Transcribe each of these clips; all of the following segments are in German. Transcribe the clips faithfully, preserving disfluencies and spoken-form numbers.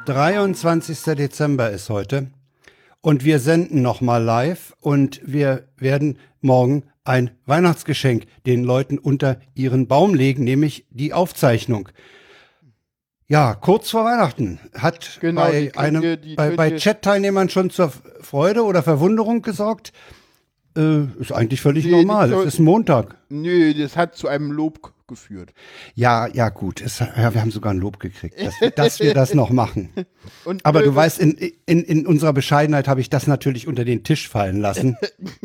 dreiundzwanzigster Dezember ist heute und wir senden nochmal live und wir werden morgen ein Weihnachtsgeschenk den Leuten unter ihren Baum legen, nämlich die Aufzeichnung. Ja, kurz vor Weihnachten hat Genau, bei die könnt einem ihr- die bei, könnt bei ihr- Chat-Teilnehmern schon zur Freude oder Verwunderung gesorgt. Äh, ist eigentlich völlig Nee, normal. nicht so- Es ist Montag. Nö, das hat zu einem Lob g- geführt. Ja, ja, gut. Es, ja, wir haben sogar ein Lob gekriegt, dass, wir- dass wir das noch machen. Und, Aber äh, du weißt, in, in, in unserer Bescheidenheit habe ich das natürlich unter den Tisch fallen lassen.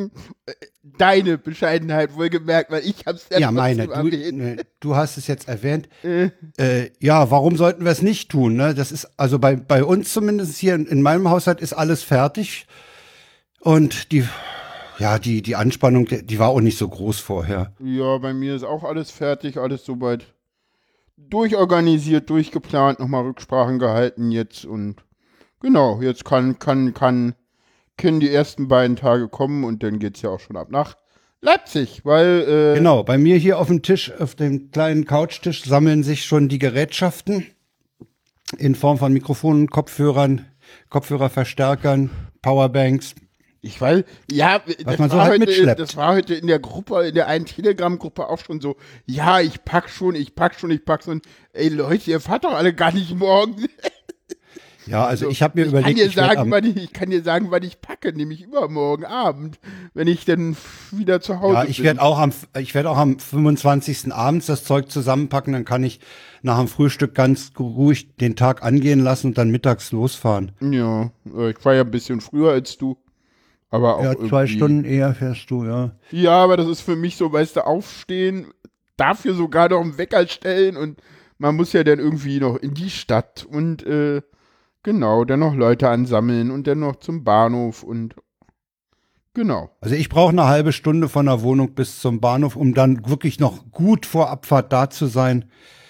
Deine Bescheidenheit wohlgemerkt, weil ich hab's Ja, meine. trotzdem Du, erwähnt. ne, du hast es jetzt erwähnt. Äh, Äh, ja, warum sollten wir es nicht tun? Ne? Das ist, also bei, bei uns zumindest hier in, in meinem Haushalt ist alles fertig. Und die, ja, die, die Anspannung, die, die war auch nicht so groß vorher. Ja, bei mir ist auch alles fertig, alles soweit durchorganisiert, durchgeplant, nochmal Rücksprachen gehalten jetzt und genau, jetzt kann, kann, kann, können die ersten beiden Tage kommen und dann geht's ja auch schon ab nach Leipzig, weil, äh, Genau, bei mir hier auf dem Tisch, auf dem kleinen Couchtisch sammeln sich schon die Gerätschaften in Form von Mikrofonen, Kopfhörern, Kopfhörerverstärkern, Powerbanks. ich weiß, ja, das, man so war halt heute, mitschleppt. das war heute in der Gruppe, in der einen Telegram-Gruppe auch schon so, ja, ich pack schon, ich pack schon, ich pack schon, ey Leute, ihr fahrt doch alle gar nicht morgen. Ja, also ich habe mir ich überlegt, kann dir ich werd sagen, am, wann ich, ich kann dir sagen, wann ich packe, nämlich übermorgen Abend, wenn ich dann wieder zu Hause ja, bin. ich werde auch am, ich werde auch am fünfundzwanzigsten abends das Zeug zusammenpacken, dann kann ich nach dem Frühstück ganz ruhig den Tag angehen lassen und dann mittags losfahren. Ja, äh, ich war ja ein bisschen früher als du, aber auch Ja, zwei irgendwie- Stunden eher fährst du, ja. Ja, aber das ist für mich so, weißt du, aufstehen, dafür sogar noch einen Wecker stellen und man muss ja dann irgendwie noch in die Stadt und äh, genau, dann noch Leute ansammeln und dann noch zum Bahnhof und genau. Also ich brauche eine halbe Stunde von der Wohnung bis zum Bahnhof, um dann wirklich noch gut vor Abfahrt da zu sein.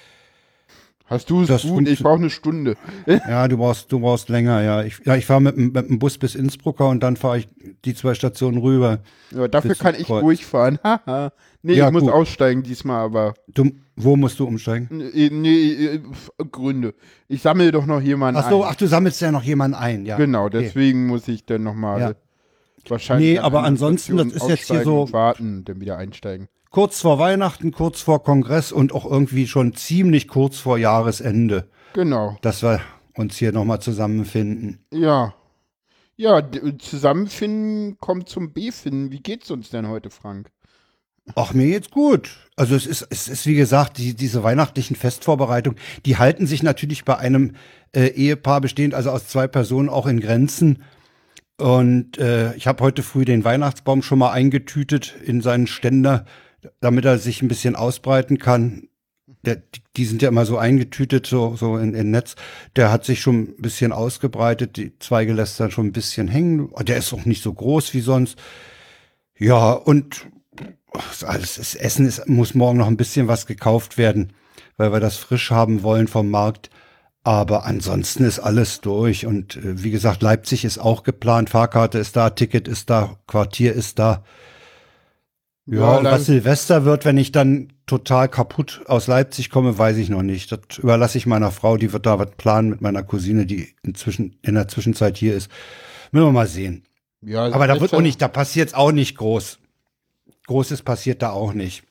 Hast du es Das gut? Ich funktio- brauche eine Stunde. Ja, du brauchst, du brauchst länger, ja. Ich, ja, ich fahre mit, dem- mit dem Bus bis Innsbrucker und dann fahre ich die zwei Stationen rüber. Ja, dafür Bis kann zum ich Kreuz. durchfahren. Haha. Nee, Ja, ich muss gut. aussteigen diesmal, aber Du, wo musst du umsteigen? nee, nee, äh, f- Gründe. Ich sammle doch noch jemanden Ach so, ein. ach, du sammelst ja noch jemanden ein, ja. Genau, okay. deswegen muss ich dann nochmal Ja. wahrscheinlich Nee, an aber einer ansonsten, das Station ist jetzt hier aussteigen so- und warten und dann wieder einsteigen. Kurz vor Weihnachten, kurz vor Kongress und auch irgendwie schon ziemlich kurz vor Jahresende, Genau. dass wir uns hier nochmal zusammenfinden. Ja. Ja, d- zusammenfinden kommt zum B-Finden. Wie geht's uns denn heute, Frank? Ach, mir geht's gut. Also es ist, es ist wie gesagt, die, diese weihnachtlichen Festvorbereitungen, die halten sich natürlich bei einem äh, Ehepaar bestehend, also aus zwei Personen, auch in Grenzen. Und äh, ich habe heute früh den Weihnachtsbaum schon mal eingetütet in seinen Ständer, damit er sich ein bisschen ausbreiten kann. Der, die- die sind ja immer so eingetütet, so, so in, in Netz. Der hat sich schon ein bisschen ausgebreitet, die Zweige lässt dann schon ein bisschen hängen. Der ist auch nicht so groß wie sonst. Ja, und alles das Essen ist, muss morgen noch ein bisschen was gekauft werden, weil wir das frisch haben wollen vom Markt. Aber ansonsten ist alles durch. Und äh, wie gesagt, Leipzig ist auch geplant. Fahrkarte ist da, Ticket ist da, Quartier ist da. Ja, Ja, und Leip- was Silvester wird, wenn ich dann total kaputt aus Leipzig komme, weiß ich noch nicht. Das überlasse ich meiner Frau, die wird da was planen mit meiner Cousine, die inzwischen in der Zwischenzeit hier ist. Müssen wir mal sehen. Ja, Aber da wird Silvester- auch nicht, da passiert es auch nicht groß. Großes passiert da auch nicht.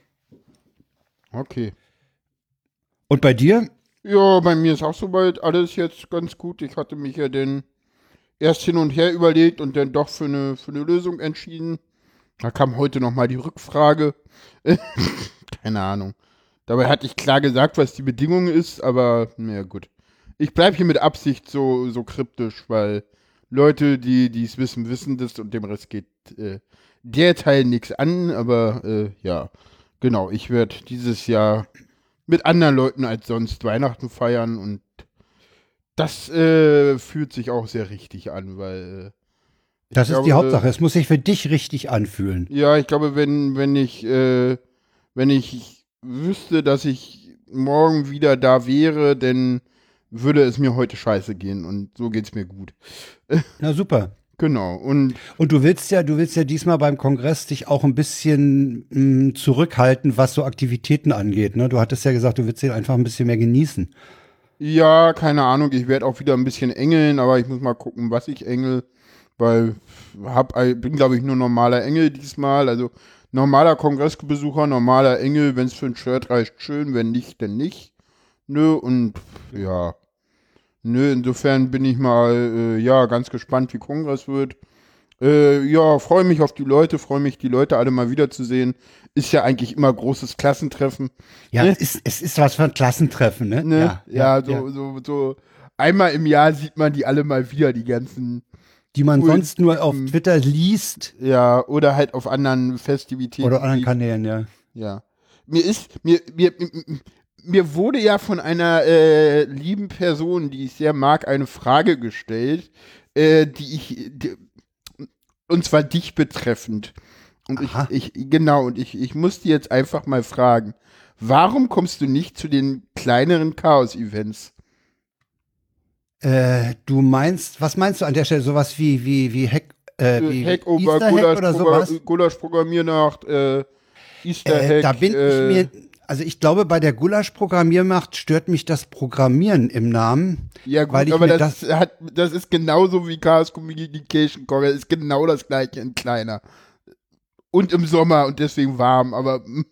Okay. Und bei dir? Ja, bei mir ist auch soweit alles jetzt ganz gut. Ich hatte mich ja dann erst hin und her überlegt und dann doch für eine, für eine Lösung entschieden. Da kam heute nochmal die Rückfrage. Keine Ahnung. Dabei hatte ich klar gesagt, was die Bedingung ist, aber naja, gut. Ich bleibe hier mit Absicht so, so kryptisch, weil Leute, die es wissen, wissen das und dem Rest geht äh, der Teil nichts an, aber äh, ja, genau, ich werde dieses Jahr mit anderen Leuten als sonst Weihnachten feiern und das äh, fühlt sich auch sehr richtig an, weil äh, ich Das ist die glaube, Hauptsache. Es muss sich für dich richtig anfühlen. Ja, ich glaube, wenn, wenn ich, äh, wenn ich wüsste, dass ich morgen wieder da wäre, dann würde es mir heute scheiße gehen und so geht's mir gut. Na super. Genau. Und Und du willst ja, du willst ja diesmal beim Kongress dich auch ein bisschen mh, zurückhalten, was so Aktivitäten angeht. Ne? Du hattest ja gesagt, du willst ihn einfach ein bisschen mehr genießen. Ja, keine Ahnung, ich werde auch wieder ein bisschen engeln, aber ich muss mal gucken, was ich engel, weil hab, bin, glaube ich, nur normaler Engel diesmal, also normaler Kongressbesucher, normaler Engel, wenn es für ein Shirt reicht, schön, wenn nicht, dann nicht. Nö, und ja, nö, insofern bin ich mal, äh, ja, ganz gespannt, wie Kongress wird. Äh, ja, freue mich auf die Leute, freue mich, die Leute alle mal wiederzusehen. Ist ja eigentlich immer großes Klassentreffen. Ja, Ne? es ist, es ist was für ein Klassentreffen, ne? Ne? Ja, Ja, ja, so, ja. so, so einmal im Jahr sieht man die alle mal wieder, die ganzen Die man coolen sonst nur auf Typen. Twitter liest Ja, oder halt auf anderen Festivitäten. oder anderen sieht. Kanälen, ja. Ja. Mir ist, mir, mir, mir wurde ja von einer äh, lieben Person, die ich sehr mag, eine Frage gestellt, äh, die ich, die, und zwar dich betreffend. Und ich, Aha. ich, genau, und ich, ich muss dir jetzt einfach mal fragen, warum kommst du nicht zu den kleineren Chaos-Events? Äh, du meinst, was meinst du an der Stelle? Sowas wie, wie, wie Hack, äh, wie Hackover, Easter Hack oder sowas? Gulasch-Programmiernacht, äh, Easter Äh, Hack. da bin äh, ich mir, also ich glaube, bei der Gulasch-Programmiermacht stört mich das Programmieren im Namen. Ja gut, weil ich aber mir das, hat, das ist genauso wie Chaos Communication Congress, ist genau das gleiche in kleiner. Und im Sommer und deswegen warm, aber mm,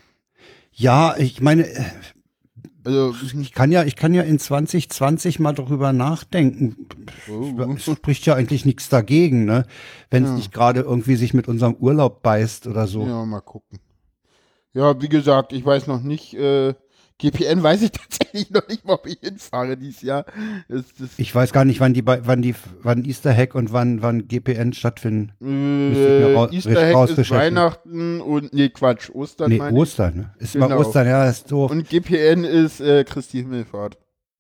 Ja, ich meine, äh, also, ich kann ja, ich kann ja in zwanzig zwanzig mal darüber nachdenken. oh, Es spricht ja eigentlich nichts dagegen, ne? Wenn es Ja. nicht gerade irgendwie sich mit unserem Urlaub beißt oder so. ja, mal gucken. Ja, wie gesagt, ich weiß noch nicht, äh, G P N weiß ich tatsächlich noch nicht mal, ob ich hinfahre dieses Jahr. Das, das, Ich weiß gar nicht, wann die, bei- wann die, wann Easter Hack und wann, wann G P N stattfinden. Müsste ich mir äh, rau- Easter Hack ist rausrecherchieren. Weihnachten und, nee, Quatsch, Ostern Nee, meine ich. Ostern, ne? Ist Genau. mal Ostern, ja, das ist doof. Und G P N ist äh, Christi Himmelfahrt.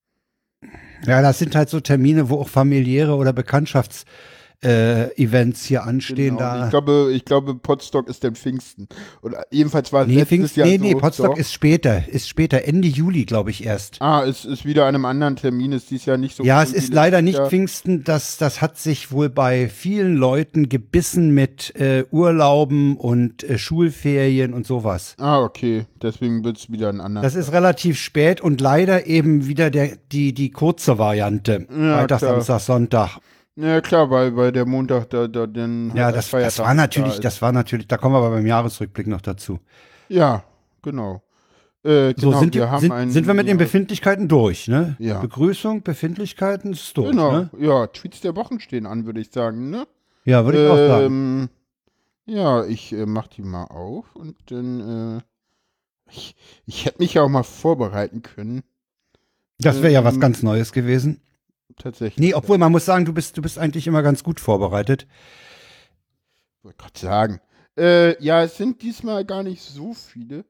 Ja, das sind halt so Termine, wo auch familiäre oder Bekanntschafts äh, Events hier anstehen. Genau. Und Da. Ich glaube, ich glaube, Potsdok ist der Pfingsten. Oder jedenfalls war es Nee, letztes Pfingst, Jahr nee, so. nee, Potsdok Doch. ist später, ist später, Ende Juli, glaube ich, erst. Ah, es ist wieder an einem anderen Termin, ist dieses Jahr nicht so. Ja, cool es wie ist leider letztes nicht Jahr. Pfingsten, das, das hat sich wohl bei vielen Leuten gebissen mit äh, Urlauben und äh, Schulferien und sowas. Ah, okay. Deswegen wird es wieder ein anderer. Das ist relativ spät und leider eben wieder der, die, die kurze Variante. Ja, Freitag, klar. Samstag, Sonntag. Ja, klar, weil, weil der Montag da, da dann. Ja, halt das, als das Feiertag war natürlich, da das war natürlich, da kommen wir aber beim Jahresrückblick noch dazu. ist. Ja, genau. Äh, So, genau, sind, die, wir haben sind, einen, sind wir mit den ja, Befindlichkeiten durch, ne? Ja. Begrüßung, Befindlichkeiten ist durch, Genau, ne? ja, Tweets der Wochen stehen an, würde ich sagen, ne? Ja, würde ich auch sagen. Ähm, ja, ich äh, mach die mal auf und dann, äh, ich, ich hätte mich ja auch mal vorbereiten können, Das wäre ja was ähm, ganz Neues gewesen. tatsächlich. Nee, obwohl man muss sagen, du bist, du bist eigentlich immer ganz gut vorbereitet. Wollte gerade sagen. Äh, ja, es sind diesmal gar nicht so viele.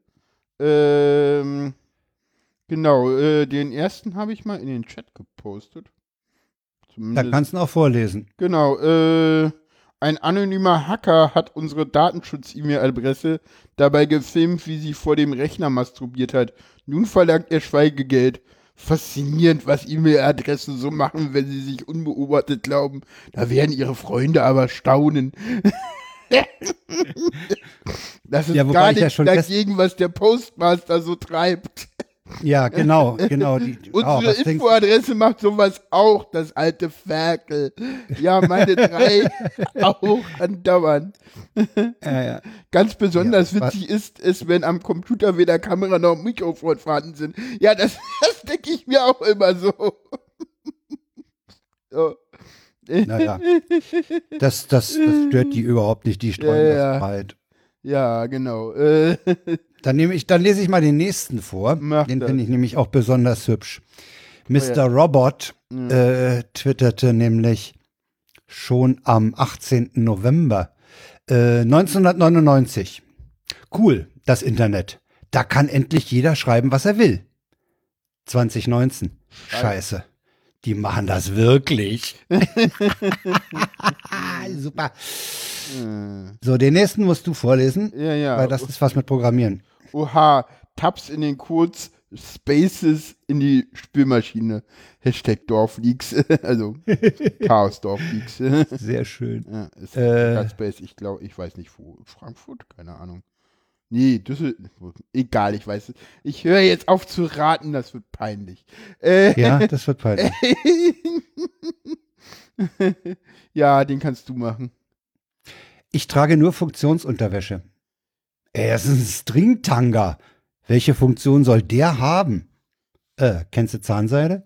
Ähm, genau, äh, den ersten habe ich mal in den Chat gepostet. Da Zumindest. kannst du auch vorlesen. Genau, äh, ein anonymer Hacker hat unsere Datenschutz-E-Mail-Adresse dabei gefilmt, wie sie vor dem Rechner masturbiert hat. Nun verlangt er Schweigegeld. Faszinierend, was E-Mail-Adressen so machen, wenn sie sich unbeobachtet glauben. Da werden ihre Freunde aber staunen. Das ist Ja, wobei gar ich ja nicht schon fest- dagegen, was der Postmaster so treibt. Ja, genau, genau. Die, oh, Unsere was denkst, Infoadresse macht sowas auch, das alte Ferkel. Ja, meine drei auch andauernd. äh, ja. Ganz besonders Ja, witzig ist es, wenn am Computer weder Kamera noch Mikrofon vorhanden sind. Ja, das, das denke ich mir auch immer so. so. Naja, das, das, das stört die überhaupt nicht, die streuen Ja, ja. das breit. Ja, genau. Äh, Dann, nehme ich, dann lese ich mal den nächsten vor. Mach Den das. finde ich nämlich auch besonders hübsch. Mister ja. Robot äh, twitterte nämlich schon am achtzehnten November äh, neunzehnhundertneunundneunzig. Cool, das Internet. Da kann endlich jeder schreiben, was er will. zwanzig neunzehn. Scheiße. Die machen das wirklich. Super. äh, So, den nächsten musst du vorlesen, ja, ja. weil das ist was mit Programmieren. Oha, Tabs in den Codes, Spaces in die Spülmaschine. Hashtag Dorfleaks. Also Chaos Dorfleaks. Sehr schön. Ja, ist Äh. äh, Space, ich glaube, ich weiß nicht wo. Frankfurt? Keine Ahnung. Nee, Düsseldorf. Egal, ich weiß es. Ich höre jetzt auf zu raten, das wird peinlich. Äh, Ja, das wird peinlich. Ja, den kannst du machen. Ich trage nur Funktionsunterwäsche. Ey, das ist ein Stringtanga. Welche Funktion soll der haben? Äh, kennst du Zahnseide?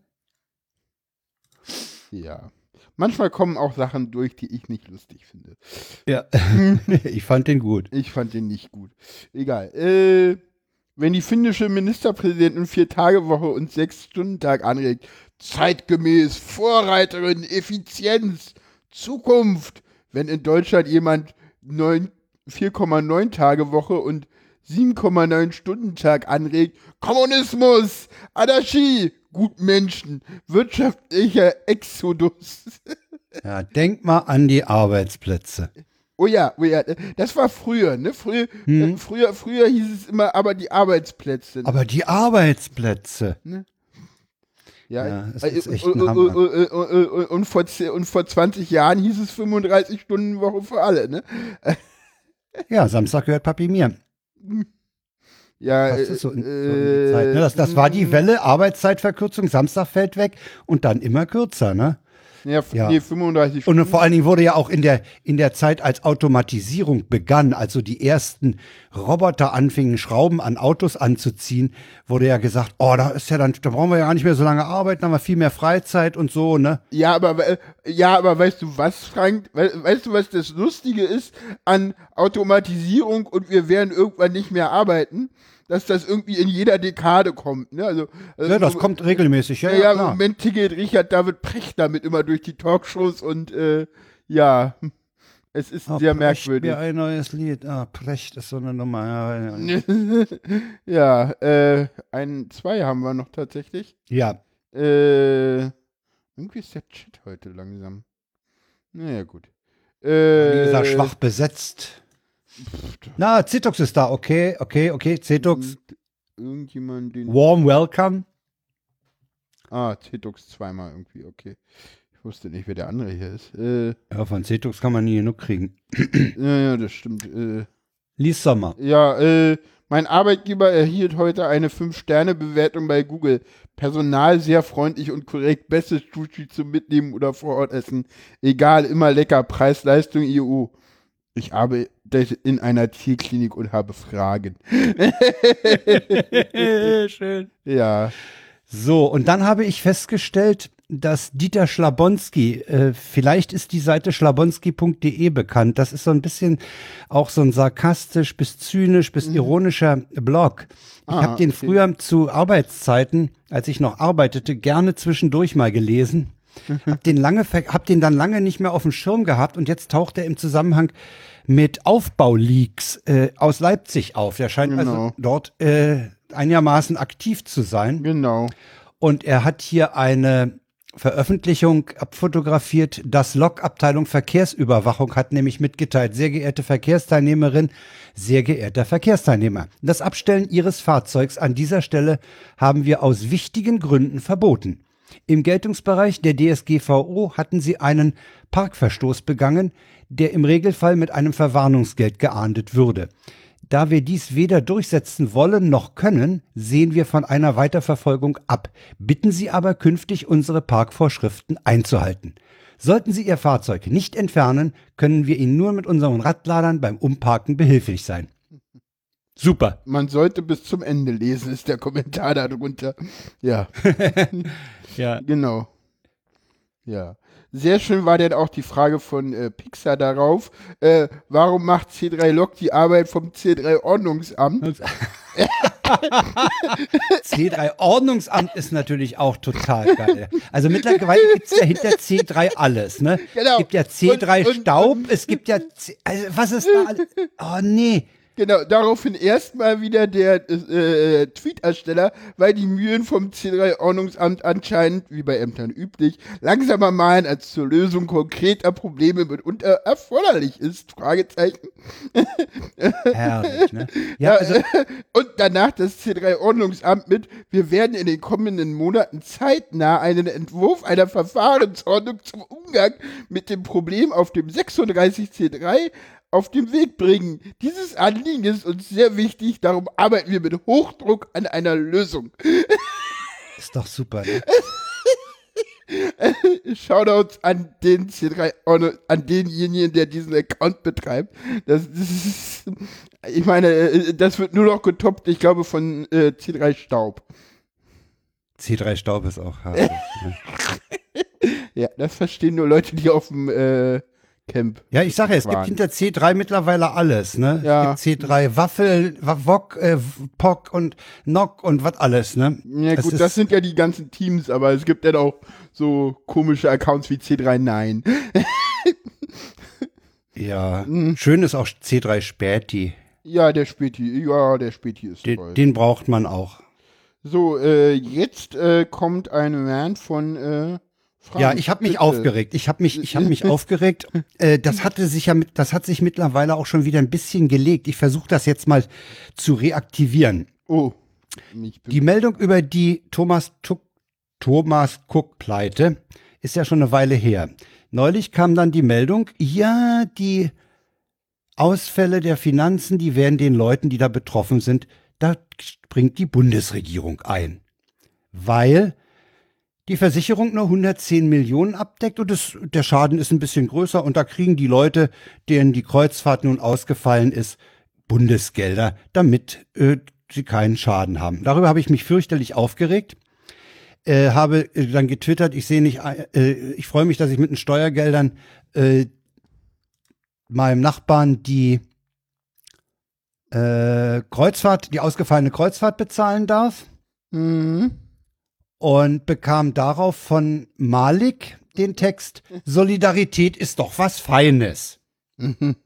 Ja. Manchmal kommen auch Sachen durch, die ich nicht lustig finde. Ja. Ich fand den gut. Ich fand den nicht gut. Egal. Äh, wenn die finnische Ministerpräsidentin Vier-Tage-Woche und Sechs-Stunden-Tag anregt, zeitgemäß, Vorreiterin, Effizienz, Zukunft. Wenn in Deutschland jemand vier Komma neun Tage Woche und sieben Komma neun Stunden Tag anregt, Kommunismus, Anarchie, Gutmenschen, wirtschaftlicher Exodus. Ja, denk mal an die Arbeitsplätze. Oh ja, oh ja, das war früher, ne? Früher, Hm. äh, früher, früher hieß es immer, aber die Arbeitsplätze. Ne? Aber die Arbeitsplätze. Ja, Ja, es äh, ist echt äh, ein äh, Hammer. äh, äh, äh, und, vor, ze- und vor zwanzig Jahren hieß es fünfunddreißig Stunden Woche für alle, ne? Ja, Samstag gehört Papi mir. Ja, Das ist so in, so in äh, die Zeit. Ne? Das, das war die Welle, Arbeitszeitverkürzung, Samstag fällt weg und dann immer kürzer, ne? Ja, f- Ja. nee, fünfunddreißig Und Stunden. vor allen Dingen wurde ja auch in der, in der Zeit, als Automatisierung begann, also die ersten Roboter anfingen, Schrauben an Autos anzuziehen, wurde ja gesagt, oh, da ist ja dann, da brauchen wir ja gar nicht mehr so lange arbeiten, haben wir viel mehr Freizeit und so, ne? Ja, aber we- ja, aber weißt du was, Frank? We weißt du, was das Lustige ist an Automatisierung und wir werden irgendwann nicht mehr arbeiten? Dass das irgendwie in jeder Dekade kommt, ne? Also, also Ja, das kommt regelmäßig, ja, Ja, ja, ja, im klar. Moment tingelt Richard David Precht damit immer durch die Talkshows und äh, ja, es ist Ah, sehr Precht merkwürdig. mir ein neues Lied. Ah, Precht ist so eine Nummer. Ja, ja. Ja, äh, ein, zwei haben wir noch tatsächlich. Ja, Äh, irgendwie ist der Chat heute langsam. Naja, gut. Äh, wie gesagt, schwach besetzt. Na, Zitux ist da, okay, okay, okay, Zitux. irgend- Irgendjemand den. Warm welcome. Ah, Zitux zweimal irgendwie, okay. Ich wusste nicht, wer der andere hier ist. Äh, Ja, von Zitux kann man nie genug kriegen. ja, ja, das stimmt. Äh, Lies Sommer. Ja, äh, mein Arbeitgeber erhielt heute eine fünf Sterne Bewertung bei Google. Personal sehr freundlich und korrekt. Bestes Sushi zum Mitnehmen oder vor Ort essen. Egal, immer lecker. Preis, Leistung, E U. Ich arbeite in einer Tierklinik und habe Fragen. Schön. Ja. So, und dann habe ich festgestellt, dass Dieter Schlabonski, äh, vielleicht ist die Seite schlabonski punkt de bekannt. Das ist so ein bisschen auch so ein sarkastisch bis zynisch bis ironischer Blog. Ich Ah, habe den okay. früher zu Arbeitszeiten, als ich noch arbeitete, gerne zwischendurch mal gelesen. Hab den lange, ver- hab den dann lange nicht mehr auf dem Schirm gehabt und jetzt taucht er im Zusammenhang mit Aufbauleaks äh, aus Leipzig auf. Der scheint also Genau. dort äh, einigermaßen aktiv zu sein. Genau. Und er hat hier eine Veröffentlichung abfotografiert. Das Log-Abteilung Verkehrsüberwachung hat nämlich mitgeteilt, sehr geehrte Verkehrsteilnehmerin, sehr geehrter Verkehrsteilnehmer, das Abstellen Ihres Fahrzeugs an dieser Stelle haben wir aus wichtigen Gründen verboten. Im Geltungsbereich der D S G V O hatten Sie einen Parkverstoß begangen, der im Regelfall mit einem Verwarnungsgeld geahndet würde. Da wir dies weder durchsetzen wollen noch können, sehen wir von einer Weiterverfolgung ab, bitten Sie aber künftig unsere Parkvorschriften einzuhalten. Sollten Sie Ihr Fahrzeug nicht entfernen, können wir Ihnen nur mit unseren Radladern beim Umparken behilflich sein. Super. Man sollte bis zum Ende lesen, ist der Kommentar darunter. Ja. Ja. Genau. Ja. Sehr schön war dann auch die Frage von äh, Pixar darauf, äh, warum macht C drei Log die Arbeit vom C drei Ordnungsamt? C drei Ordnungsamt ist natürlich auch total geil. Also mittlerweile gibt es ja hinter C drei alles, ne? Genau. Es gibt ja C drei Und- und- Staub, es gibt ja, C also was ist da alles? Oh nee. Genau, daraufhin erstmal wieder der äh, Tweet-Ersteller, weil die Mühen vom C drei Ordnungsamt anscheinend, wie bei Ämtern üblich, langsamer malen als zur Lösung konkreter Probleme mitunter erforderlich ist. Fragezeichen. Herrlich, ne? Ja, Ja, also, und danach das C drei Ordnungsamt mit, wir werden in den kommenden Monaten zeitnah einen Entwurf einer Verfahrensordnung zum Umgang mit dem Problem auf dem sechsunddreißig C drei auf den Weg bringen. Dieses Anliegen ist uns sehr wichtig, darum arbeiten wir mit Hochdruck an einer Lösung. Ist doch super, ne? Shoutouts an den C drei, an denjenigen, der diesen Account betreibt. Das, das ist, ich meine, das wird nur noch getoppt, ich glaube, von äh, C drei Staub. C drei Staub ist auch hart. Ne? Ja, das verstehen nur Leute, die auf dem äh, Camp. Ja, ich sage ja, es waren. gibt hinter C drei mittlerweile alles, ne? Ja. Es gibt C drei Waffel, Wok, äh, Pock und Nock und was alles, ne? Ja Es gut, ist, das sind ja die ganzen Teams, aber es gibt dann auch so komische Accounts wie C drei Nein. Ja, Mhm. schön ist auch C drei Späti. Ja, der Späti, ja, der Späti ist Den, toll. den braucht man auch. So, äh, jetzt äh, kommt ein Rant von äh, Frank. Ja, ich habe mich Bitte. aufgeregt. Ich habe mich, ich habe mich aufgeregt. Äh, das hatte sich ja, mit, das hat sich mittlerweile auch schon wieder ein bisschen gelegt. Ich versuche das jetzt mal zu reaktivieren. Oh. Ich bin Die Meldung über die Thomas Tuck, Thomas Cook-Pleite ist ja schon eine Weile her. Neulich kam dann die Meldung, ja, die Ausfälle der Finanzen, die werden den Leuten, die da betroffen sind, da springt die Bundesregierung ein. Weil die Versicherung nur hundertzehn Millionen abdeckt und es, der Schaden ist ein bisschen größer und da kriegen die Leute, denen die Kreuzfahrt nun ausgefallen ist, Bundesgelder, damit äh, sie keinen Schaden haben. Darüber habe ich mich fürchterlich aufgeregt, äh, habe äh, dann getwittert, ich sehe nicht, äh, ich freue mich, dass ich mit den Steuergeldern äh, meinem Nachbarn die äh, Kreuzfahrt, die ausgefallene Kreuzfahrt bezahlen darf. Mhm. Und bekam darauf von Malik den Text, Solidarität ist doch was Feines. Mhm.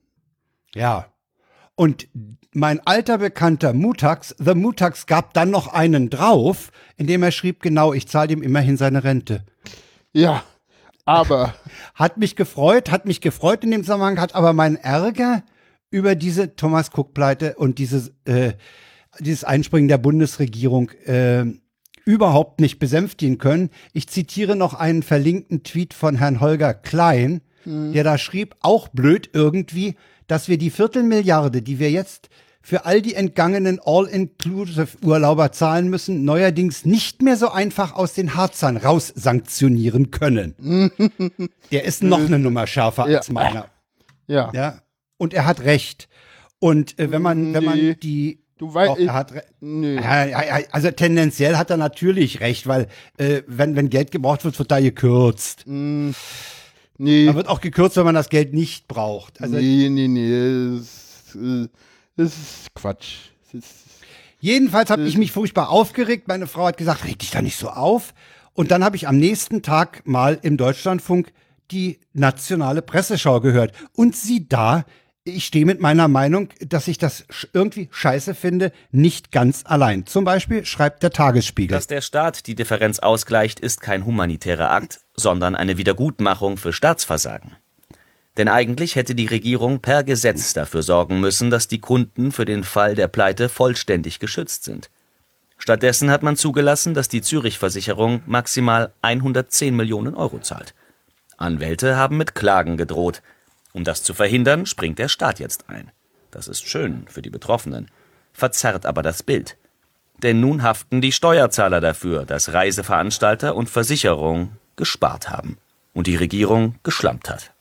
Ja. Und mein alter Bekannter Mutax, The Mutax, gab dann noch einen drauf, in dem er schrieb, genau, ich zahle ihm immerhin seine Rente. Ja, aber Hat mich gefreut, hat mich gefreut in dem Zusammenhang, hat aber meinen Ärger über diese Thomas Cook-Pleite und dieses, äh, dieses Einspringen der Bundesregierung äh, überhaupt nicht besänftigen können. Ich zitiere noch einen verlinkten Tweet von Herrn Holger Klein, Mhm. der da schrieb, auch blöd irgendwie, dass wir die Viertelmilliarde, die wir jetzt für all die entgangenen All-Inclusive-Urlauber zahlen müssen, neuerdings nicht mehr so einfach aus den Harzern raus sanktionieren können. Der ist noch eine Nummer schärfer Ja. als meiner. ja, Ja. Und er hat recht. Und äh, wenn man, wenn Nee. man die du weißt, auch, er hat re- nee. ja, ja, ja, also tendenziell hat er natürlich recht, weil äh, wenn, wenn Geld gebraucht wird, wird da gekürzt. Mm, nee, Da wird auch gekürzt, wenn man das Geld nicht braucht. Also nee, nee, nee, das, äh, das ist Quatsch. Das ist, jedenfalls habe ich mich furchtbar aufgeregt. Meine Frau hat gesagt, reg dich da nicht so auf. Und dann habe ich am nächsten Tag mal im Deutschlandfunk die nationale Presseschau gehört. Und sieh da, ich stehe mit meiner Meinung, dass ich das sch- irgendwie scheiße finde, nicht ganz allein. Zum Beispiel schreibt der Tagesspiegel. Dass der Staat die Differenz ausgleicht, ist kein humanitärer Akt, sondern eine Wiedergutmachung für Staatsversagen. Denn eigentlich hätte die Regierung per Gesetz dafür sorgen müssen, dass die Kunden für den Fall der Pleite vollständig geschützt sind. Stattdessen hat man zugelassen, dass die Zürich-Versicherung maximal hundertzehn Millionen Euro zahlt. Anwälte haben mit Klagen gedroht. Um das zu verhindern, springt der Staat jetzt ein. Das ist schön für die Betroffenen, verzerrt aber das Bild. Denn nun haften die Steuerzahler dafür, dass Reiseveranstalter und Versicherung gespart haben und die Regierung geschlampt hat.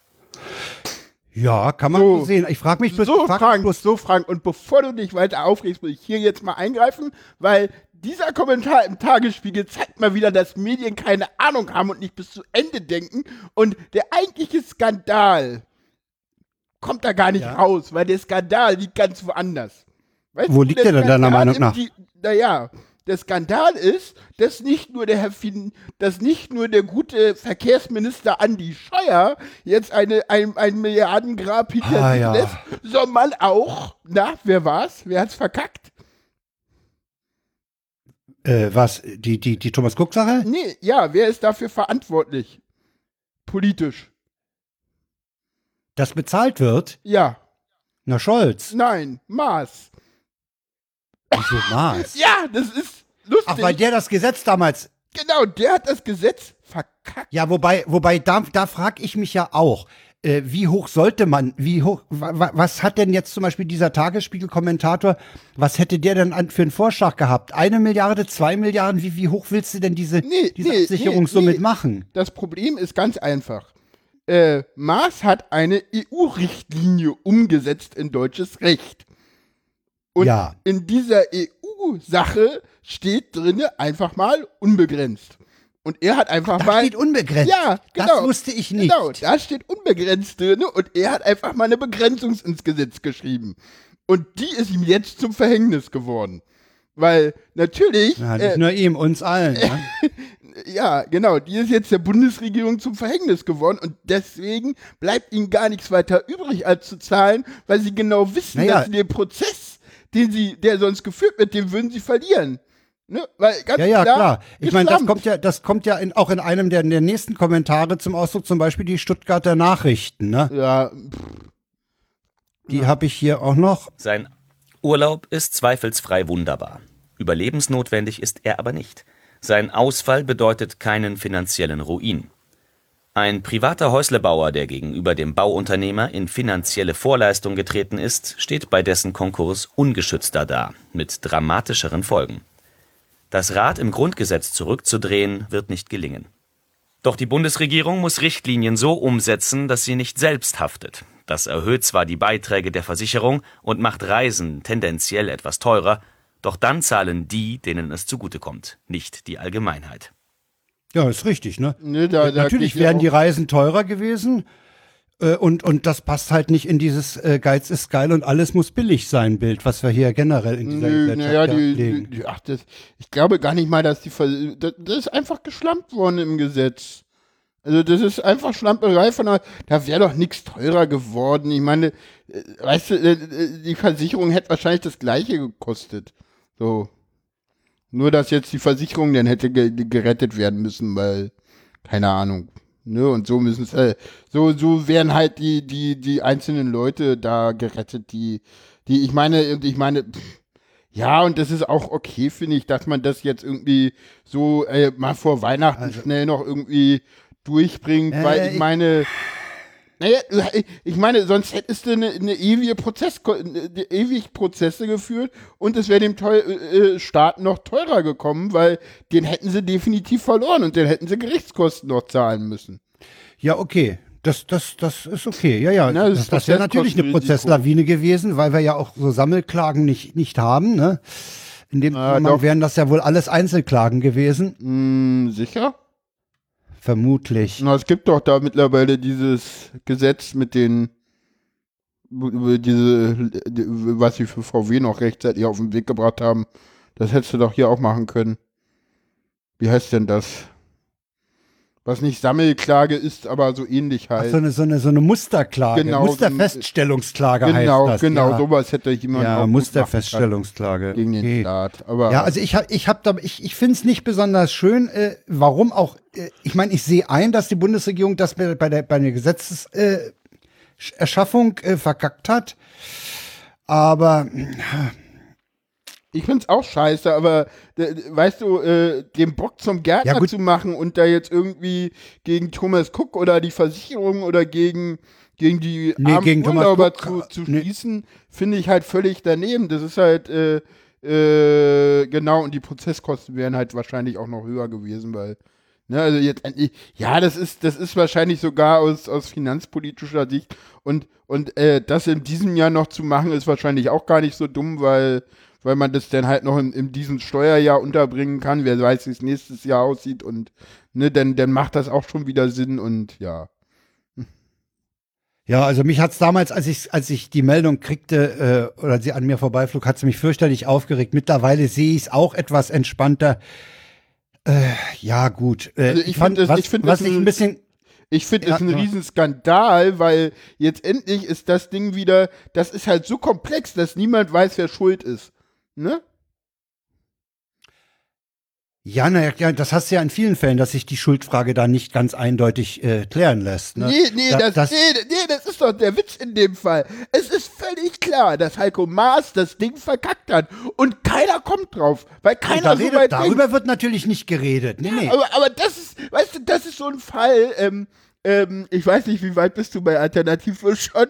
Ja, kann man So. so sehen. Ich frage mich bloß, so, ich frag Frank, bloß, so, Frank, und bevor du dich weiter aufregst, muss ich hier jetzt mal eingreifen, weil dieser Kommentar im Tagesspiegel zeigt mal wieder, dass Medien keine Ahnung haben und nicht bis zu Ende denken und der eigentliche Skandal kommt da gar nicht Ja. raus, weil der Skandal liegt ganz woanders. Weißt Wo du, liegt der denn deiner Skandal Meinung im nach? Die- Naja, der Skandal ist, dass nicht nur der Herr fin dass nicht nur der gute Verkehrsminister Andi Scheuer jetzt eine, ein, ein Milliardengrab hinter Ah, sich ja. lässt, sondern auch, na, wer war's? Wer hat's verkackt? äh, was, die, die, die Thomas Cook-Sache? Nee, ja, wer ist dafür verantwortlich? Politisch. Das bezahlt wird? Ja, Na, Scholz. nein, Maas. Wieso Maas? Ja, das ist lustig. Ach, weil der das Gesetz damals. genau, der hat das Gesetz verkackt. Ja, wobei, wobei, da, da frage ich mich ja auch. äh, wie hoch sollte man, wie hoch, wa, wa, was hat denn jetzt zum Beispiel dieser Tagesspiegel-Kommentator, was hätte der denn an, für einen Vorschlag gehabt? Eine Milliarde, zwei Milliarden, wie, wie hoch willst du denn diese, Nee, diese nee, Absicherung nee, somit nee. machen? Das Problem ist ganz einfach. Äh, Maas hat eine E U-Richtlinie umgesetzt in deutsches Recht. Und Ja. in dieser E U-Sache steht drinne einfach mal unbegrenzt. Und er hat einfach Da mal. steht unbegrenzt. Ja, genau. Das wusste ich nicht. Genau, da steht unbegrenzt drinne und er hat einfach mal eine Begrenzung ins Gesetz geschrieben. Und die ist ihm jetzt zum Verhängnis geworden. Weil natürlich. Ja, nicht äh, nur ihm, uns allen. Ne? Ja, genau, die ist jetzt der Bundesregierung zum Verhängnis geworden und deswegen bleibt ihnen gar nichts weiter übrig, als zu zahlen, weil sie genau wissen, Naja. dass sie den Prozess, den sie, der sonst geführt wird, den würden sie verlieren. Ne? Weil ganz Ja, ja, klar. klar. Ich meine, das geschlampt. kommt ja, das kommt ja in, auch in einem der, der nächsten Kommentare zum Ausdruck, zum Beispiel die Stuttgarter Nachrichten. Ne? Ja, pff, Die habe ich hier auch noch. Sein Urlaub ist zweifelsfrei wunderbar. Überlebensnotwendig ist er aber nicht. Sein Ausfall bedeutet keinen finanziellen Ruin. Ein privater Häuslebauer, der gegenüber dem Bauunternehmer in finanzielle Vorleistung getreten ist, steht bei dessen Konkurs ungeschützter da, mit dramatischeren Folgen. Das Rad im Grundgesetz zurückzudrehen, wird nicht gelingen. Doch die Bundesregierung muss Richtlinien so umsetzen, dass sie nicht selbst haftet. Das erhöht zwar die Beiträge der Versicherung und macht Reisen tendenziell etwas teurer, doch dann zahlen die, denen es zugutekommt, nicht die Allgemeinheit. Ja, ist richtig, ne? ne, da, da Natürlich geht ja wären auch- die Reisen teurer gewesen. Äh, und, und das passt halt nicht in dieses äh, Geiz ist geil und alles muss billig sein Bild, was wir hier generell in dieser Nö, Gesellschaft naja, ja die, pflegen. die, ach, das, ich glaube gar nicht mal, dass die, Ver- das, das ist einfach geschlampt worden im Gesetz. Also das ist einfach Schlamperei von der, da wäre doch nichts teurer geworden. Ich meine, äh, weißt du, äh, äh, die Versicherung hätte wahrscheinlich das Gleiche gekostet. So. Nur, dass jetzt die Versicherung dann hätte ge gerettet werden müssen, weil, keine Ahnung. Ne, und so müssen es, äh, so, so wären halt die, die, die einzelnen Leute da gerettet, die, die, ich meine, und ich meine, pff, ja, und das ist auch okay, finde ich, dass man das jetzt irgendwie so äh, mal vor Weihnachten Also- schnell noch irgendwie durchbringt, Äh, weil ich ich- meine, naja, ich meine, sonst hättest du eine, eine ewige Prozess, eine, ewig Prozesse geführt und es wäre dem teu, äh, Staat noch teurer gekommen, weil den hätten sie definitiv verloren und den hätten sie Gerichtskosten noch zahlen müssen. Ja, okay. Das, das, das ist okay. Ja, ja. Na, das das ist das wäre natürlich eine Prozesskostenrisiko. Prozesslawine gewesen, weil wir ja auch so Sammelklagen nicht, nicht haben. Ne? In dem Ah, Zusammenhang doch. wären das ja wohl alles Einzelklagen gewesen. Hm, sicher? Vermutlich. Na, es gibt doch da mittlerweile dieses Gesetz mit den, über diese, die- was sie für V W noch rechtzeitig auf den Weg gebracht haben. Das hättest du doch hier auch machen können. Wie heißt denn das? Was nicht Sammelklage ist, aber so ähnlich Ach, halt. so eine, so eine, so eine Musterklage. Genau, Musterfeststellungsklage genau, heißt das. genau, ja. sowas hätte jemand Ja, auch gut Musterfeststellungsklage. machen können gegen den Okay. Staat. Aber Ja, also ich habe, ich habe da, ich, ich finde es nicht besonders schön. Äh, warum auch? Äh, ich meine, ich sehe ein, dass die Bundesregierung das bei, bei der bei der Gesetzeserschaffung äh, Erschaffung, äh, verkackt hat. Aber ich find's auch scheiße, aber de, de, weißt du, äh, den Bock zum Gärtner Ja, gut. zu machen und da jetzt irgendwie gegen Thomas Cook oder die Versicherung oder gegen, gegen die Nee, armen gegen Thomas Urlauber Cook, zu, zu nee. schließen, finde ich halt völlig daneben. Das ist halt, äh, äh, genau, und die Prozesskosten wären halt wahrscheinlich auch noch höher gewesen, weil, ne, also jetzt endlich, ja, das ist, das ist wahrscheinlich sogar aus, aus finanzpolitischer Sicht und, und äh, das in diesem Jahr noch zu machen, ist wahrscheinlich auch gar nicht so dumm, weil weil man das dann halt noch in, in diesem Steuerjahr unterbringen kann. Wer weiß, wie es nächstes Jahr aussieht und ne, dann, dann macht das auch schon wieder Sinn und ja. ja, also mich hat's damals, als ich als ich die Meldung kriegte äh, oder sie an mir vorbeiflog, hat's mich fürchterlich aufgeregt. Mittlerweile sehe ich es auch etwas entspannter. Äh, ja, gut. Äh, Also ich ich fand, find das- was, ich find was das ich ein- ein bisschen Ich finde Ja, es ein ja. Riesenskandal, weil jetzt endlich ist das Ding wieder, das ist halt so komplex, dass niemand weiß, wer schuld ist. Ne? Ja, naja, ja, das hast du ja in vielen Fällen, dass sich die Schuldfrage da nicht ganz eindeutig äh, klären lässt. Ne? Nee, nee, Da- das, das- nee, nee, das ist doch der Witz in dem Fall. Es ist völlig klar, dass Heiko Maas das Ding verkackt hat. Und keiner kommt drauf, weil Und keiner da so redet, weit denkt. darüber wird natürlich nicht geredet. Nee, nee. Aber, aber das ist, weißt du, das ist so ein Fall, ähm, Ähm, ich weiß nicht, wie weit bist du bei Alternative schon?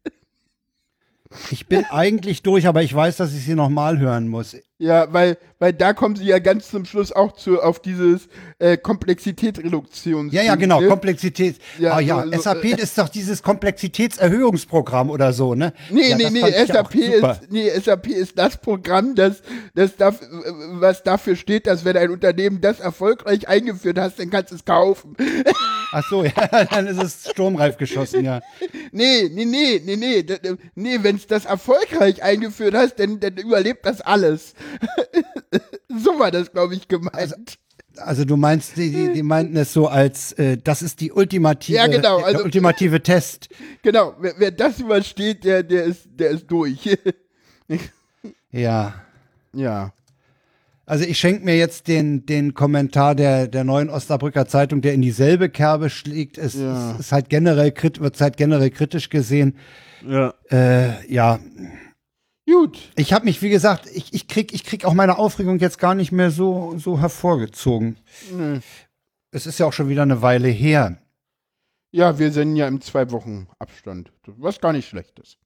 Ich bin eigentlich durch, aber ich weiß, dass ich sie nochmal hören muss. Ja, weil, weil da kommen sie ja ganz zum Schluss auch zu, auf dieses äh, Komplexitätsreduktion. Ja, ja, genau, Komplexität. Ja, ah ja, so- so, S A P ist doch dieses Komplexitätserhöhungsprogramm oder so, ne? Nee, ja, nee, das nee, fand ich ja auch SAP super. ist, nee, S A P ist das Programm, das, das darf, was dafür steht, dass wenn ein Unternehmen das erfolgreich eingeführt hast, dann kannst du es kaufen. Ach so, ja, dann ist es sturmreif geschossen, ja. Nee, nee, nee, nee, nee, d- d- nee, wenn es das erfolgreich eingeführt hast, dann, dann überlebt das alles. So war das, glaube ich, gemeint. Also du meinst, die, die, die meinten es so als, äh, das ist die ultimative, Ja, genau, also- der ultimative Test. Genau, wer, wer das übersteht, der, der ist, der ist durch. Ja. Ja. Also ich schenke mir jetzt den, den Kommentar der, der neuen Osnabrücker Zeitung, der in dieselbe Kerbe schlägt. Es, Ja. es ist halt generell, krit- wird halt generell kritisch gesehen. Ja. Äh, ja, Gut. ich habe mich, wie gesagt, ich, ich krieg, ich krieg auch meine Aufregung jetzt gar nicht mehr so, so hervorgezogen. Nee. Es ist ja auch schon wieder eine Weile her. Ja, wir senden ja im zwei Wochen Abstand, was gar nicht schlecht ist.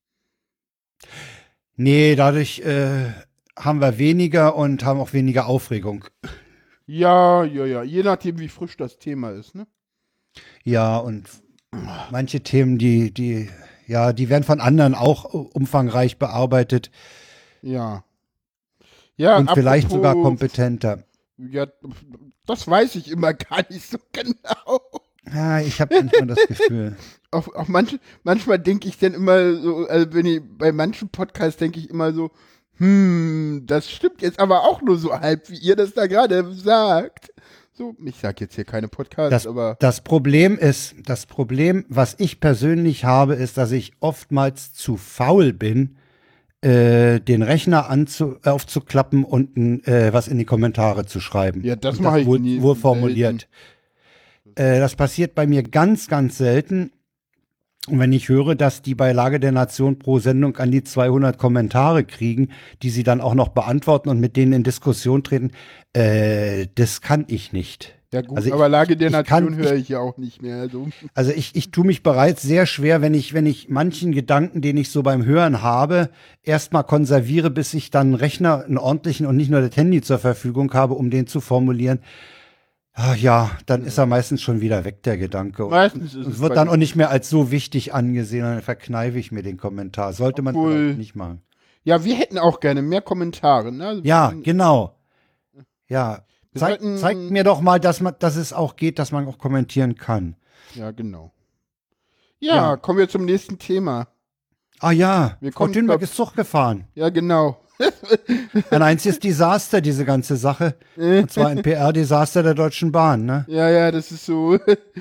Nee, dadurch äh, haben wir weniger und haben auch weniger Aufregung. Ja, ja, ja, je nachdem, wie frisch das Thema ist, ne? Ja, und manche Themen, die, die, ja, die werden von anderen auch umfangreich bearbeitet Ja. Ja, und vielleicht apropos- sogar kompetenter. Ja, das weiß ich immer gar nicht so genau. Ja, ich habe manchmal das Gefühl. Auch, auch manch, manchmal denke ich dann immer so, also wenn ich bei manchen Podcasts denke ich immer so, hm, das stimmt jetzt aber auch nur so halb, wie ihr das da gerade sagt. So, ich sag jetzt hier keine Podcasts, Das, aber das Problem ist, das Problem, was ich persönlich habe, ist, dass ich oftmals zu faul bin, äh, den Rechner anzu, aufzuklappen und ein, äh, was in die Kommentare zu schreiben. Ja, das Und mache ich wohl, nie- wohl formuliert. Äh, das passiert bei mir ganz, ganz selten. Und wenn ich höre, dass die bei Lage der Nation pro Sendung an die zweihundert Kommentare kriegen, die sie dann auch noch beantworten und mit denen in Diskussion treten, äh, das kann ich nicht. ja gut, also ich- aber Lage der ich Nation kann- höre ich ja auch nicht mehr. Also. Also ich, ich tue mich bereits sehr schwer, wenn ich, wenn ich manchen Gedanken, den ich so beim Hören habe, erstmal konserviere, bis ich dann einen Rechner, einen ordentlichen und nicht nur das Handy zur Verfügung habe, um den zu formulieren. Ah, ja, dann ist er meistens schon wieder weg, der Gedanke. Und Meistens ist es es wird bei dann mir- auch nicht mehr als so wichtig angesehen, dann verkneife ich mir den Kommentar. Sollte man Obwohl- vielleicht nicht machen. Ja, wir hätten auch gerne mehr Kommentare. Ne? Also Ja, wir- genau. Ja, Wir zeig, sollten- zeigt mir doch mal, dass man, dass es auch geht, dass man auch kommentieren kann. Ja, genau. Ja, Ja. kommen wir zum nächsten Thema. Ah ja, Wir Frau kommen- Thunberg ist Zug gefahren. Ja, genau. Ein einziges Desaster, diese ganze Sache. Und zwar ein P R-Desaster der Deutschen Bahn, ne? Ja, ja, das ist so.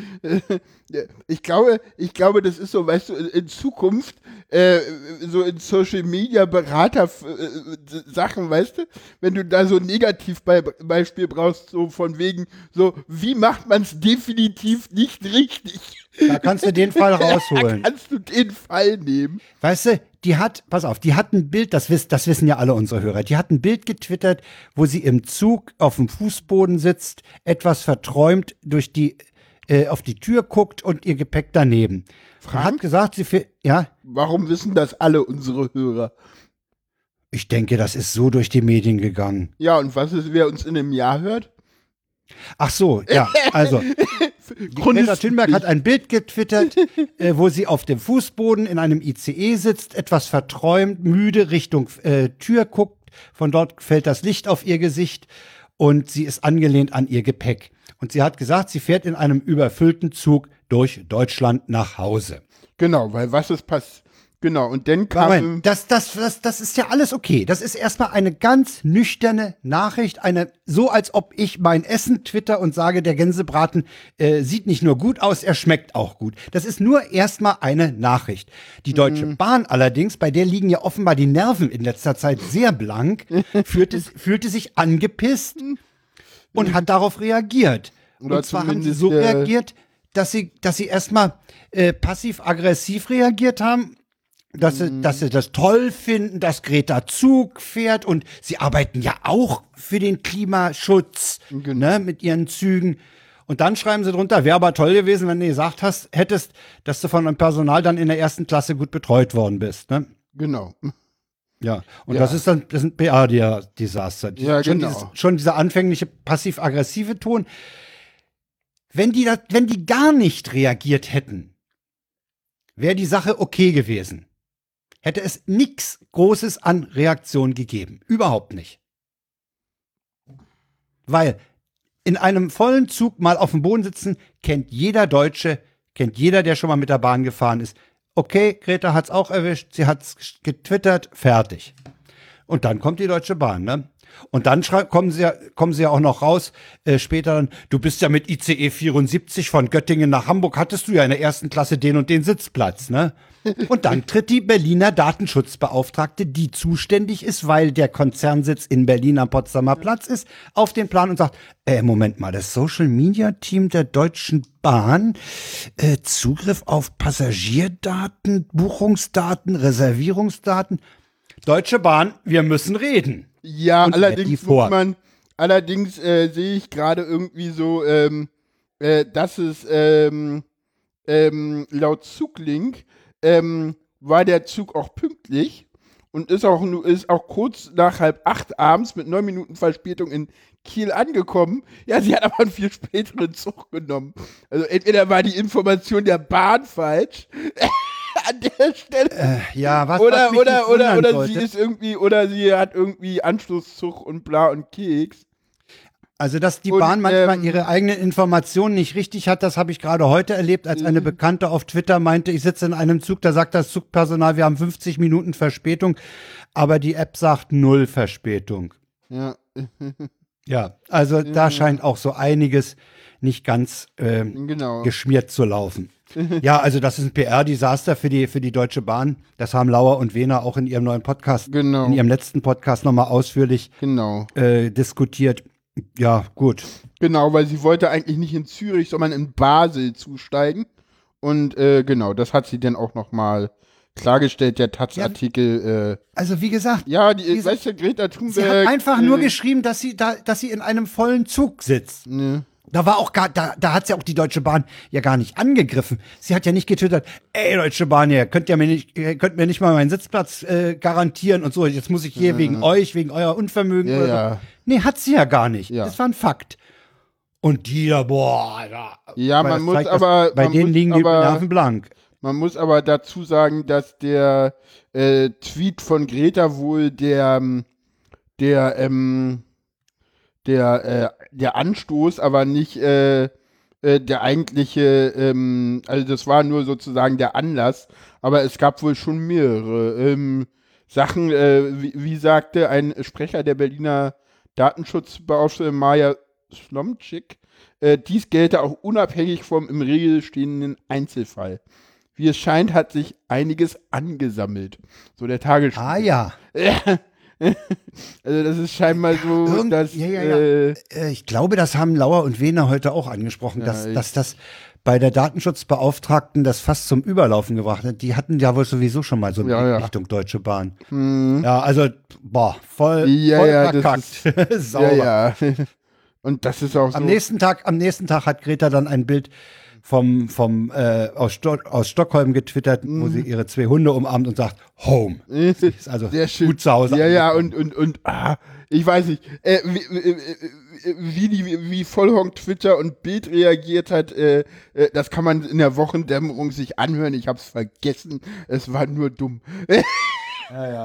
Ich glaube, ich glaube, das ist so, weißt du, in- in Zukunft, äh, so in Social Media Berater äh, Sachen, weißt du, wenn du da so ein Negativbeispiel brauchst, so von wegen, so, wie macht man es definitiv nicht richtig? Da kannst du den Fall rausholen. Kannst du den Fall nehmen? Weißt du, die hat, pass auf, die hat ein Bild, das, wiss, das wissen ja alle unsere Hörer, die hat ein Bild getwittert, wo sie im Zug auf dem Fußboden sitzt, etwas verträumt durch die, äh, auf die Tür guckt und ihr Gepäck daneben. Und hat Frank? gesagt, sie, fi- ja, Warum wissen das alle unsere Hörer? ich denke, das ist so durch die Medien gegangen. Ja, und was ist, wer uns in einem Jahr hört? Ach so, ja, also, die Greta Thunberg hat ein Bild getwittert, äh, wo sie auf dem Fußboden in einem I C E sitzt, etwas verträumt, müde Richtung äh, Tür guckt. Von dort fällt das Licht auf ihr Gesicht und sie ist angelehnt an ihr Gepäck. Und sie hat gesagt, sie fährt in einem überfüllten Zug durch Deutschland nach Hause. Genau, weil was ist passiert? Genau, und dann kam. Moment, das, das, das, das ist ja alles okay. Das ist erstmal eine ganz nüchterne Nachricht, eine so, als ob ich mein Essen twitter und sage, der Gänsebraten äh, sieht nicht nur gut aus, er schmeckt auch gut. Das ist nur erstmal eine Nachricht. Die Deutsche Bahn allerdings, bei der liegen ja offenbar die Nerven in letzter Zeit sehr blank, fühlte, fühlte sich angepisst und hat darauf reagiert. Oder und zwar haben sie zumindest so der- reagiert, dass sie, dass sie erstmal äh, passiv-aggressiv reagiert haben, dass sie, dass sie das toll finden, dass Greta Zug fährt und sie arbeiten ja auch für den Klimaschutz, Genau. ne, mit ihren Zügen. Und dann schreiben sie drunter, wäre aber toll gewesen, wenn du gesagt hast, hättest, dass du von einem Personal dann in der ersten Klasse gut betreut worden bist. Ne? Genau. Ja, und Ja. das ist dann, das sind P R-Desaster. Ja, schon, genau. dieses, schon dieser anfängliche passiv-aggressive Ton. Wenn die, da, wenn die gar nicht reagiert hätten, wäre die Sache okay gewesen. Hätte es nichts Großes an Reaktion gegeben. Überhaupt nicht. Weil in einem vollen Zug mal auf dem Boden sitzen, kennt jeder Deutsche, kennt jeder, der schon mal mit der Bahn gefahren ist. Okay, Greta hat's auch erwischt, sie hat's getwittert, fertig. Und dann kommt die Deutsche Bahn, ne? Und dann schrei- kommen sie ja, kommen sie ja auch noch raus, äh, später dann, du bist ja mit I C E vierundsiebzig von Göttingen nach Hamburg, hattest du ja in der ersten Klasse den und den Sitzplatz, ne? Und dann tritt die Berliner Datenschutzbeauftragte, die zuständig ist, weil der Konzernsitz in Berlin am Potsdamer Platz ist, auf den Plan und sagt, äh, Moment mal, das Social-Media-Team der Deutschen Bahn, äh, Zugriff auf Passagierdaten, Buchungsdaten, Reservierungsdaten. Deutsche Bahn, wir müssen reden. Ja, Und lädt die allerdings vor. muss man, allerdings äh, sehe ich gerade irgendwie so, ähm, äh, dass es ähm, ähm, laut Zuglink ähm, war der Zug auch pünktlich und ist auch nu- ist auch kurz nach halb acht abends mit neun Minuten Verspätung in Kiel angekommen. Ja, sie hat aber einen viel späteren Zug genommen. Also entweder war die Information der Bahn falsch an der Stelle. Äh, ja, was, Oder, was mich oder, nicht oder, wundern oder sollte. sie ist irgendwie, oder sie hat irgendwie Anschlusszug und bla und Keks. Also, dass die Und, Bahn manchmal ähm, ihre eigenen Informationen nicht richtig hat, das habe ich gerade heute erlebt, als eine Bekannte auf Twitter meinte, ich sitze in einem Zug, da sagt das Zugpersonal, wir haben fünfzig Minuten Verspätung, aber die App sagt null Verspätung. Ja, Ja, also da scheint auch so einiges nicht ganz ähm, genau. geschmiert zu laufen. Ja, also das ist ein P R-Desaster für die, für die Deutsche Bahn. Das haben Lauer und Wehner auch in ihrem neuen Podcast, Genau. in ihrem letzten Podcast nochmal ausführlich Genau. äh, diskutiert. Ja, gut. Genau, weil sie wollte eigentlich nicht in Zürich, sondern in Basel zusteigen. Und äh, genau, das hat sie dann auch nochmal klargestellt, der Taz-Artikel. Äh, Also wie gesagt, ja, die, wie gesagt, weißt du, Greta Thunberg. sie hat einfach nur äh, geschrieben, dass sie da, dass sie in einem vollen Zug sitzt. ne. Da war auch gar, da, da hat sie auch die Deutsche Bahn ja gar nicht angegriffen. Sie hat ja nicht getwittert, ey Deutsche Bahn, ihr könnt ja mir nicht, ihr könnt mir nicht mal meinen Sitzplatz äh, garantieren und so. Jetzt muss ich hier wegen euch, wegen euer Unvermögen Ja, oder ja. so. Nee, hat sie ja gar nicht. Ja. Das war ein Fakt. Und die da, boah, da. Ja, weil man das muss zeigt, dass aber- bei man denen muss liegen die aber- Nerven blank. Man muss aber dazu sagen, dass der äh, Tweet von Greta wohl der, ähm, der, ähm, der, äh, der Anstoß, aber nicht äh, äh, der eigentliche, ähm, also das war nur sozusagen der Anlass, aber es gab wohl schon mehrere ähm, Sachen, äh, wie, wie sagte ein Sprecher der Berliner Datenschutzbeauftragten Maja Slomczyk, äh, dies gelte auch unabhängig vom im Regel stehenden Einzelfall. Wie es scheint, hat sich einiges angesammelt. So der Tagesspiegel. Ah ja. Also das ist scheinbar so, Irgend- dass ja, ja, ja. Äh, Äh, Ich glaube, das haben Lauer und Wehner heute auch angesprochen, dass, ich- dass das bei der Datenschutzbeauftragten das fast zum Überlaufen gebracht hat. Die hatten ja wohl sowieso schon mal so eine Ja, ja. Richtung Deutsche Bahn. Ja, also, boah, voll, Ja, voll ja, das verkackt. Sauber. ja, ja. Und das ist auch so. Am nächsten Tag, am nächsten Tag hat Greta dann ein Bild vom, vom, äh, aus, Sto aus Stockholm getwittert, wo sie ihre zwei Hunde umarmt und sagt, Home. Sie ist also Sehr schön. gut zu Hause. Ja, ja, angekommen. und, und, und, ah, ich weiß nicht, äh, wie, wie, wie, die, wie Vollhonk Twitter und Bild reagiert hat, äh, äh, das kann man in der Wochendämmerung sich anhören. Ich hab's vergessen. Es war nur dumm. Ja, ja.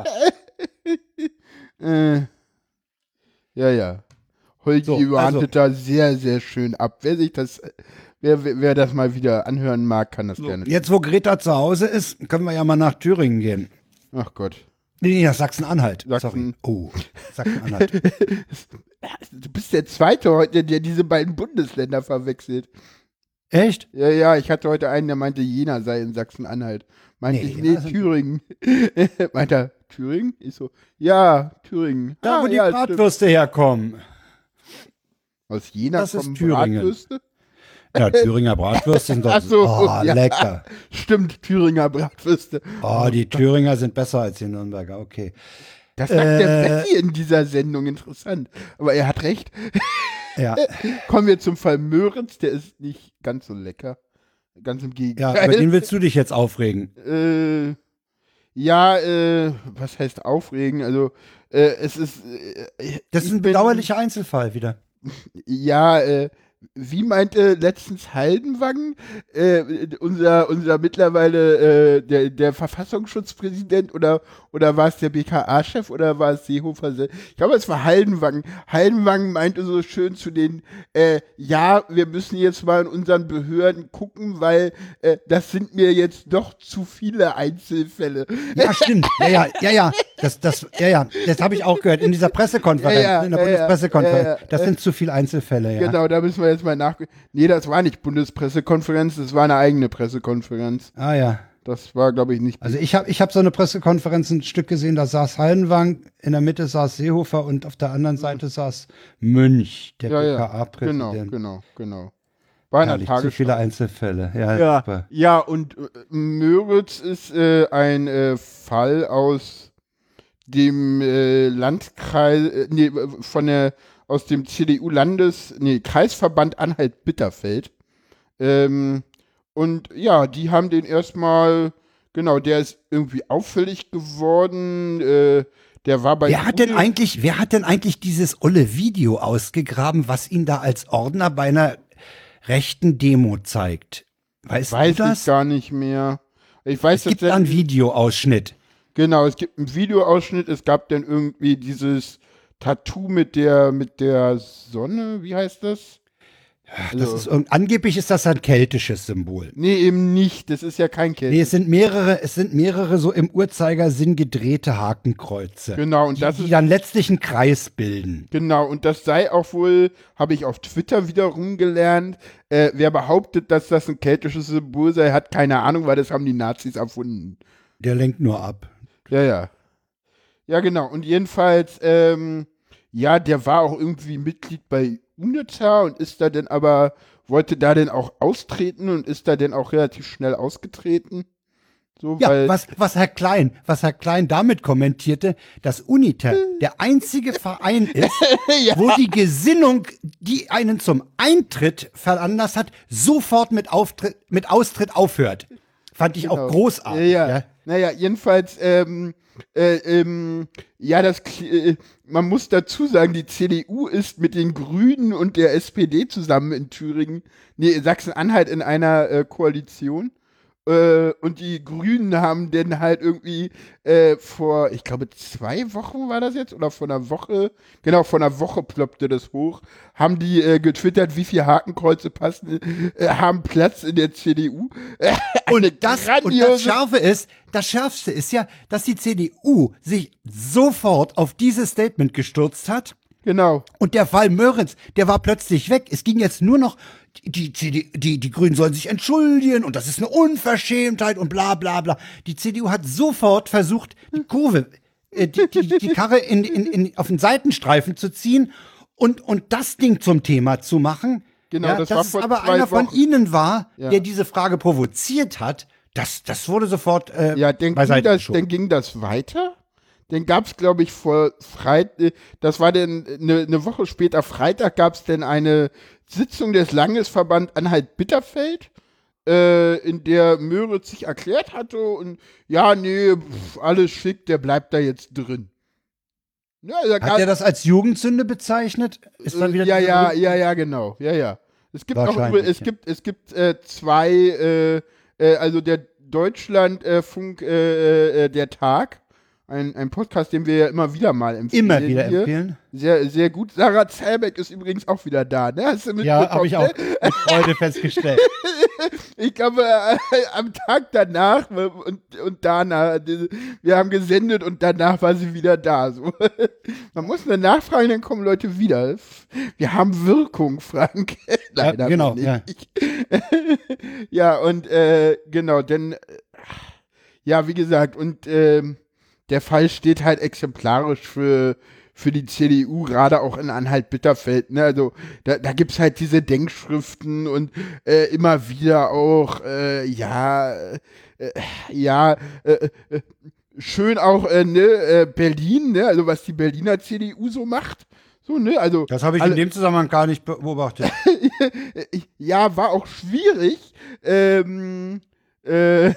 Äh, ja, ja. Holgi So, erntet da sehr, sehr schön ab. Wer sich das, wer, wer, wer das mal wieder anhören mag, kann das gerne. Jetzt, wo Greta zu Hause ist, können wir ja mal nach Thüringen gehen. Ach Gott. Nee, nee, nach Sachsen-Anhalt. Sachsen. Sorry. Oh, Sachsen-Anhalt. Du bist der Zweite heute, der diese beiden Bundesländer verwechselt. Echt? Ja, ja, ich hatte heute einen, der meinte, Jena sei in Sachsen-Anhalt. Meinte Nee, ich, Jena nee, sind- Thüringen. Meint er, Thüringen? Ich so, ja, Thüringen. Da, ah, wo die ja, stimmt. Bratwürste herkommen. Aus Jena Das ist kommen Thüringen. Bratwürste? Ja, Thüringer Bratwürste sind doch Ach so, oh, ja. lecker. Stimmt, Thüringer Bratwürste. Oh, die Thüringer sind besser als die Nürnberger, okay. Das sagt der Äh. Betty in dieser Sendung, interessant. Aber er hat recht. Ja. Kommen wir zum Fall Möritz, der ist nicht ganz so lecker. Ganz im Gegenteil. Ja, über den willst du dich jetzt aufregen. Äh, ja, äh, was heißt aufregen? Also, äh, es ist. Äh, Das ist ein bin, bedauerlicher Einzelfall wieder. Ja, äh, wie meinte letztens Haldenwang, äh, unser, unser mittlerweile äh, der, der Verfassungsschutzpräsident oder, oder war es der B K A-Chef oder war es Seehofer? Ich glaube, es war Haldenwang. Haldenwang meinte so schön zu den, äh, ja, wir müssen jetzt mal in unseren Behörden gucken, weil äh, das sind mir jetzt doch zu viele Einzelfälle. Ja, stimmt. Ja, ja, ja, ja. Das, das, ja, ja. Das habe ich auch gehört in dieser Pressekonferenz, Ja, ja, in der ja, Bundespressekonferenz. ja, ja. Das sind zu viele Einzelfälle, ja. Genau, da müssen wir jetzt mal nach. Nee, das war nicht Bundespressekonferenz, das war eine eigene Pressekonferenz. Ah ja. Das war, glaube ich, nicht. Also ich habe ich hab so eine Pressekonferenz ein Stück gesehen, da saß Haldenwang, in der Mitte saß Seehofer und auf der anderen Seite saß Münch, der ja, ja. B K A-Präsident. Genau, genau, genau. War in der Herrlich, zu Tagesschau. viele Einzelfälle. Ja, Ja, super. ja, und äh, Möritz ist äh, ein äh, Fall aus dem äh, Landkreis, äh, nee, von der, aus dem C D U-Landes, nee, Kreisverband Anhalt-Bitterfeld. Ähm, und ja, die haben den erstmal, genau, der ist irgendwie auffällig geworden, äh, der war bei. Wer hat denn eigentlich, wer hat denn eigentlich dieses olle Video ausgegraben, was ihn da als Ordner bei einer rechten Demo zeigt? Weißt Weiß du das? ich gar nicht mehr. Ich weiß, Es gibt dass da einen Videoausschnitt. Genau, es gibt einen Videoausschnitt, es gab dann irgendwie dieses Tattoo mit der, mit der Sonne, wie heißt das? Das Also, ist irgend, angeblich ist das ein keltisches Symbol. nee, eben nicht, das ist ja kein Kälte. Nee, es sind mehrere, es sind mehrere so im Uhrzeigersinn gedrehte Hakenkreuze. Genau, und das die ist, dann letztlich einen Kreis bilden. genau, und das sei auch wohl, habe ich auf Twitter wiederum gelernt, äh, wer behauptet, dass das ein keltisches Symbol sei, hat keine Ahnung, weil das haben die Nazis erfunden. Der lenkt nur ab. Ja, ja. Ja, genau. Und jedenfalls, ähm, ja, der war auch irgendwie Mitglied bei UNITA und ist da denn aber, wollte da denn auch austreten und ist da denn auch relativ schnell ausgetreten. So, Ja, weil, was, was Herr Klein, was Herr Klein damit kommentierte, dass UNITA der einzige Verein ist, ja, wo die Gesinnung, die einen zum Eintritt veranlasst hat, sofort mit, Auftritt, mit Austritt aufhört. Fand ich genau. auch großartig. Ja, ja. Ja. Naja, jedenfalls, ähm, äh, ähm, ja, das, äh, man muss dazu sagen, die C D U ist mit den Grünen und der S P D zusammen in Thüringen, nee, in Sachsen-Anhalt in einer äh, Koalition. Äh, und die Grünen haben dann halt irgendwie äh, vor, ich glaube, zwei Wochen war das jetzt, oder vor einer Woche, genau, vor einer Woche ploppte das hoch, haben die äh, getwittert, wie viele Hakenkreuze passen, äh, haben Platz in der C D U. Und das, und das Scharfe ist, das Schärfste ist ja, dass die C D U sich sofort auf dieses Statement gestürzt hat. Genau. Und der Fall Möritz, der war plötzlich weg. Es ging jetzt nur noch, die, die, die, die Grünen sollen sich entschuldigen und das ist eine Unverschämtheit und bla bla bla. Die C D U hat sofort versucht, die Kurve, äh, die, die, die Karre in, in, in, auf den Seitenstreifen zu ziehen und, und das Ding zum Thema zu machen. Genau, ja, das dass war es vor aber zwei einer von Wochen. Ihnen war, Ja. der diese Frage provoziert hat, das, das wurde sofort äh, Ja, dann ging, beiseite das, geschoben. dann ging das weiter. Dann gab es, glaube ich, vor Freitag, das war dann eine, eine Woche später, Freitag, gab es dann eine Sitzung des Landesverband Anhalt-Bitterfeld, äh, in der Möritz sich erklärt hatte und ja, nee, pf, alles schick, der bleibt da jetzt drin. Ja, da Hat gab- er das als Jugendsünde bezeichnet? Ist dann wieder ja, diese ja, berühmte- ja, ja, genau, ja, ja. Es gibt auch, Wahrscheinlich, übel- es ja. gibt, es gibt äh, zwei, äh, äh, also der Deutschlandfunk, äh, äh, der Tag, ein, ein Podcast, den wir ja immer wieder mal empfehlen. Immer wieder hier. empfehlen. Sehr, sehr gut. Sarah Zellbeck ist übrigens auch wieder da, ne? Hast du Ja, mitbekommen, habe ich auch ne? mit Freude festgestellt. Ich glaube, äh, am Tag danach und, und danach, die- wir haben gesendet und danach war sie wieder da. So. Man muss nur nachfragen, dann kommen Leute wieder. Wir haben Wirkung, Frank. Nein, Ja, haben genau, wir nicht. Ja, und äh, genau, denn äh, ja, wie gesagt, und ähm, der Fall steht halt exemplarisch für, für die C D U, gerade auch in Anhalt-Bitterfeld. Ne? Also da, da gibt es halt diese Denkschriften und äh, immer wieder auch, äh, ja, äh, ja, äh, äh, schön auch äh, ne, äh, Berlin, ne? Also was die Berliner C D U so macht. So, ne, also. Das habe ich alle, in dem Zusammenhang gar nicht beobachtet. Ja, war auch schwierig. Ähm, äh,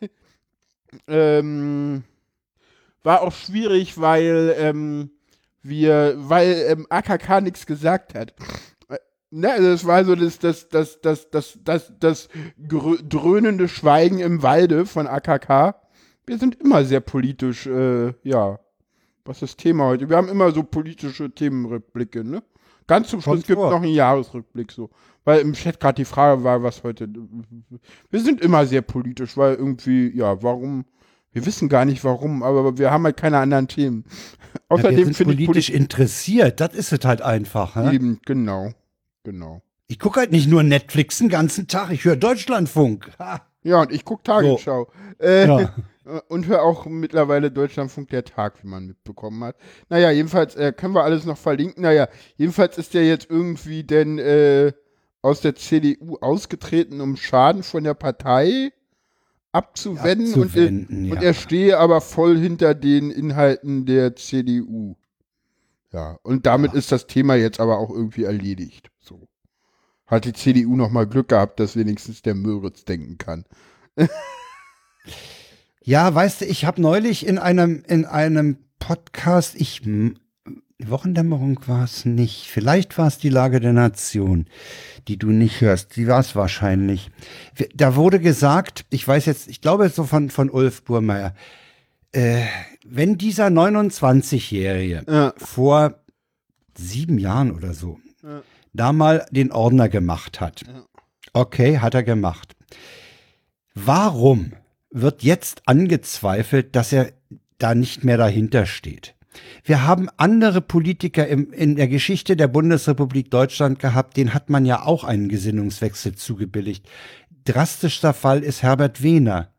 ähm, war auch schwierig, weil, ähm, wir, weil ähm, A K K nichts gesagt hat. Äh, Ne, also es war so das, das, das, das, das, das, das grö- dröhnende Schweigen im Walde von A K K. Wir sind immer sehr politisch, äh, ja. Was ist das Thema heute? Wir haben immer so politische Themenrückblicke, ne? Ganz zum Schluss Kommt gibt es vor. noch einen Jahresrückblick so. Weil im Chat gerade die Frage war, was heute. Wir sind immer sehr politisch, weil irgendwie, ja, warum? Wir wissen gar nicht warum, aber wir haben halt keine anderen Themen. Ja, wir Außerdem sind finde ich politisch Politik interessiert. Das ist es halt einfach. Hä? eben, genau. Genau. Ich gucke halt nicht nur Netflix den ganzen Tag. Ich höre Deutschlandfunk. Ha. Ja, und ich gucke Tagesschau. Äh, Ja. Und höre auch mittlerweile Deutschlandfunk der Tag, wie man mitbekommen hat. Naja, jedenfalls äh, können wir alles noch verlinken. Naja, jedenfalls ist der jetzt irgendwie denn äh, aus der C D U ausgetreten, um Schaden von der Partei abzuwenden. Abzuwenden, und, äh, ja. und er stehe aber voll hinter den Inhalten der C D U. Ja, und damit Ja. ist das Thema jetzt aber auch irgendwie erledigt. So. Hat die C D U noch mal Glück gehabt, dass wenigstens der Müritz denken kann. Ja, weißt du, ich habe neulich in einem, in einem Podcast, ich, Wochendämmerung war es nicht, vielleicht war es die Lage der Nation, die du nicht hörst, die war es wahrscheinlich. Da wurde gesagt, ich weiß jetzt, ich glaube so von, von Ulf Burmeier, äh, wenn dieser neunundzwanzigjährige Ja. vor sieben Jahren oder so Ja. da mal den Ordner gemacht hat, Ja. okay, hat er gemacht. Warum wird jetzt angezweifelt, dass er da nicht mehr dahinter steht? Wir haben andere Politiker im, in der Geschichte der Bundesrepublik Deutschland gehabt, denen hat man ja auch einen Gesinnungswechsel zugebilligt. Drastischster Fall ist Herbert Wehner.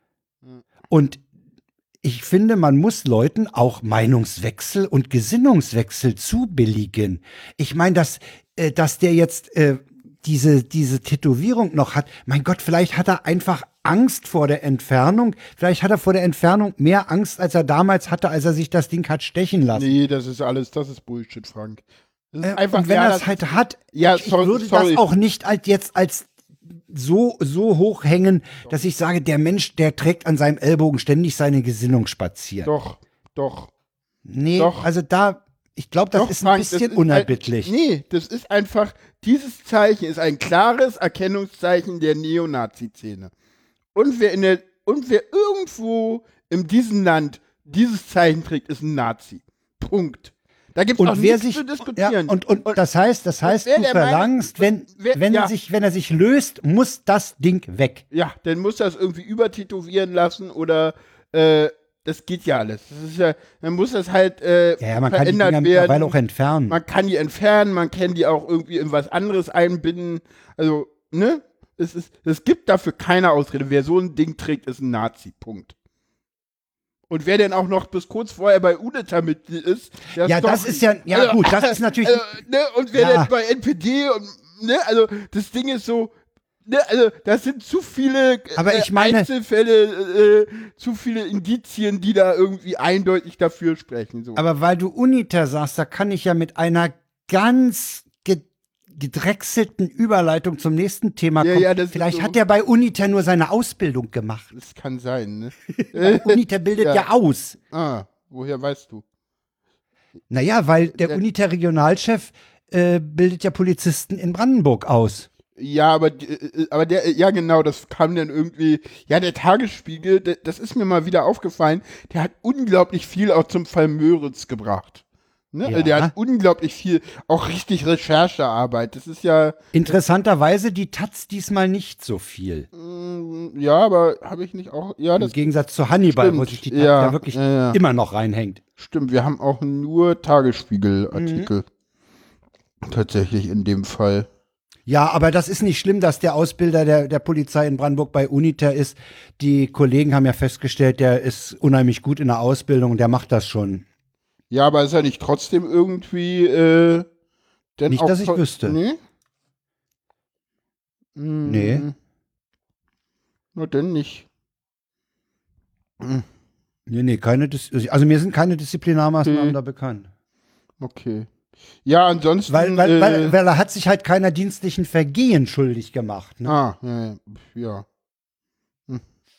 Und ich finde, man muss Leuten auch Meinungswechsel und Gesinnungswechsel zubilligen. Ich meine, dass, äh, dass der jetzt äh, diese, diese Tätowierung noch hat, mein Gott, vielleicht hat er einfach Angst vor der Entfernung. Vielleicht hat er vor der Entfernung mehr Angst, als er damals hatte, als er sich das Ding hat stechen lassen. Nee, das ist alles, das ist Bullshit, Frank. Das ist Äh, einfach, und wenn ja, er das es halt hat, ja, ich sorry, würde sorry. das auch nicht als jetzt als so, so hoch hängen, dass ich sage, der Mensch, der trägt an seinem Ellbogen ständig seine Gesinnung spazieren. Doch, doch. Nee, Doch. also da, ich glaube, das doch, ist ein Frank, bisschen das ist unerbittlich. Ein, nee, das ist einfach, dieses Zeichen ist ein klares Erkennungszeichen der Neonazi-Szene. Und wer in der, und wer irgendwo in diesem Land dieses Zeichen trägt, ist ein Nazi. Punkt. Da gibt es auch Und wer nichts sich, zu diskutieren. ja, und, und, das heißt, das heißt, wer du der Meinung- verlangst, wenn, wer- wenn, ja. sich, wenn er sich löst, muss das Ding weg. Ja, dann muss das irgendwie übertätowieren lassen oder äh, das geht ja alles. Das ist ja, dann muss das halt äh, Ja, ja, man kann die verändert Dinger werden. mittlerweile auch entfernen. Man kann die entfernen, man kann die auch irgendwie in was anderes einbinden. Also, ne? Es, ist, es gibt dafür keine Ausrede. Wer so ein Ding trägt, ist ein Nazi. Punkt. Und wer denn auch noch bis kurz vorher bei UNITA Mitglied ist, der Ja, ist doch, das ist ja- ja, gut, das ist natürlich- Also, ne, und wer Ja. denn bei N P D und, ne, also, das Ding ist so, ne, also, das sind zu viele Aber äh, ich meine- Einzelfälle, äh, zu viele Indizien, die da irgendwie eindeutig dafür sprechen. So. Aber weil du UNITA sagst, da kann ich ja mit einer ganz ge gedrechselten Überleitung zum nächsten Thema Ja, kommen. ja, das ist Vielleicht so- hat er bei UNITA nur seine Ausbildung gemacht. Das kann sein, ne? Weil UNITA bildet ja. Ja. aus. Ah, woher weißt du? Naja, weil der Der- UNITA-Regionalchef äh, bildet ja Polizisten in Brandenburg aus. Ja, aber, die- äh, aber der, ja genau, das kam dann irgendwie, ja, der Tagesspiegel, der, das ist mir mal wieder aufgefallen, der hat unglaublich viel auch zum Fall Müritz gebracht. Ne? Ja. Also der hat unglaublich viel, auch richtig Recherchearbeit. Das ist ja, Interessanterweise die Taz diesmal nicht so viel. mm, ja, aber habe ich nicht auch, ja, Im das Gegensatz zu Hannibal, stimmt. wo sich die Taz Ja, ja, wirklich ja, ja. immer noch reinhängt. stimmt. Wir haben auch nur Tagesspiegel-Artikel. Mhm. Tatsächlich in dem Fall. Ja, aber das ist nicht schlimm, dass der Ausbilder der, der Polizei in Brandenburg bei UNITA ist. Die Kollegen haben ja festgestellt, der ist unheimlich gut in der Ausbildung und der macht das schon. Ja, aber ist er nicht trotzdem irgendwie, äh, denn Nicht, auch dass ich ver- wüsste. Nee? Mm, Nee. Nur denn nicht. Nee, nee, keine Dis also mir sind keine Disziplinarmaßnahmen Hm. da bekannt. Okay. Ja, ansonsten. Weil, weil, äh, weil, weil er hat sich halt keiner dienstlichen Vergehen schuldig gemacht. Ne? Ah, ja, ja. Hm.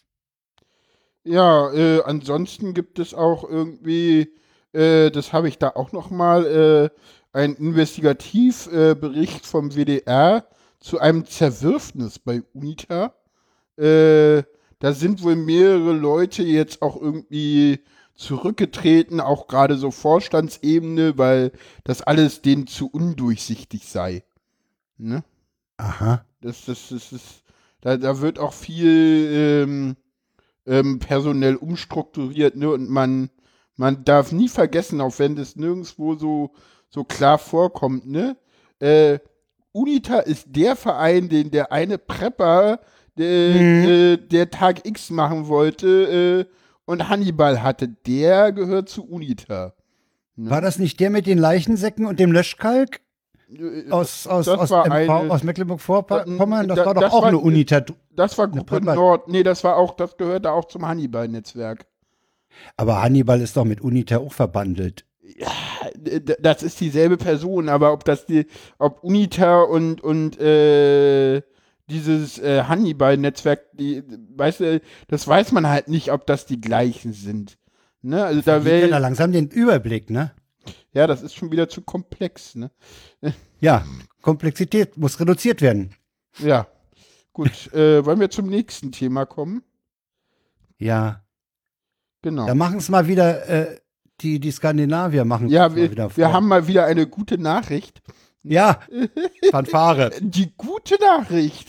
Ja, äh, ansonsten gibt es auch irgendwie, äh, das habe ich da auch noch mal, äh, ein Investigativbericht äh, vom W D R zu einem Zerwürfnis bei UNITA. Äh, da sind wohl mehrere Leute jetzt auch irgendwie zurückgetreten, auch gerade so Vorstandsebene, weil das alles denen zu undurchsichtig sei. Ne? Aha. Das, das, das ist, da, da wird auch viel ähm, ähm, personell umstrukturiert, ne? Und man, man darf nie vergessen, auch wenn das nirgendwo so, so klar vorkommt, ne? Äh, UNITA ist der Verein, den der eine Prepper, der, Mhm. äh, der Tag X machen wollte, äh, und Hannibal hatte. Der gehört zu UNITA. Ne? War das nicht der mit den Leichensäcken und dem Löschkalk? Äh, Aus, aus, das aus, war M V, eine- aus Mecklenburg-Vorpommern? Das Da- war doch das auch war- eine Unita. Das war Eine Gruppe Prepper- Nord. Nee, das war auch, das gehörte auch zum Hannibal-Netzwerk. Aber Hannibal ist doch mit Unita auch verbandelt. D- Das ist dieselbe Person, aber ob das die, ob UNITA und, und äh, dieses äh, Hannibal-Netzwerk, die, weißt du, das weiß man halt nicht, ob das die gleichen sind. Ne? Also da Verliert ja da wäre, langsam den Überblick, ne? ja, das ist schon wieder zu komplex, ne? Ja, Komplexität muss reduziert werden. Ja, gut. äh, wollen wir zum nächsten Thema kommen? Ja, Genau. da machen es mal wieder, äh, die, die Skandinavier machen Ja, mal wir, wieder vor. wir haben mal wieder eine gute Nachricht. Ja, Fanfare. Die gute Nachricht.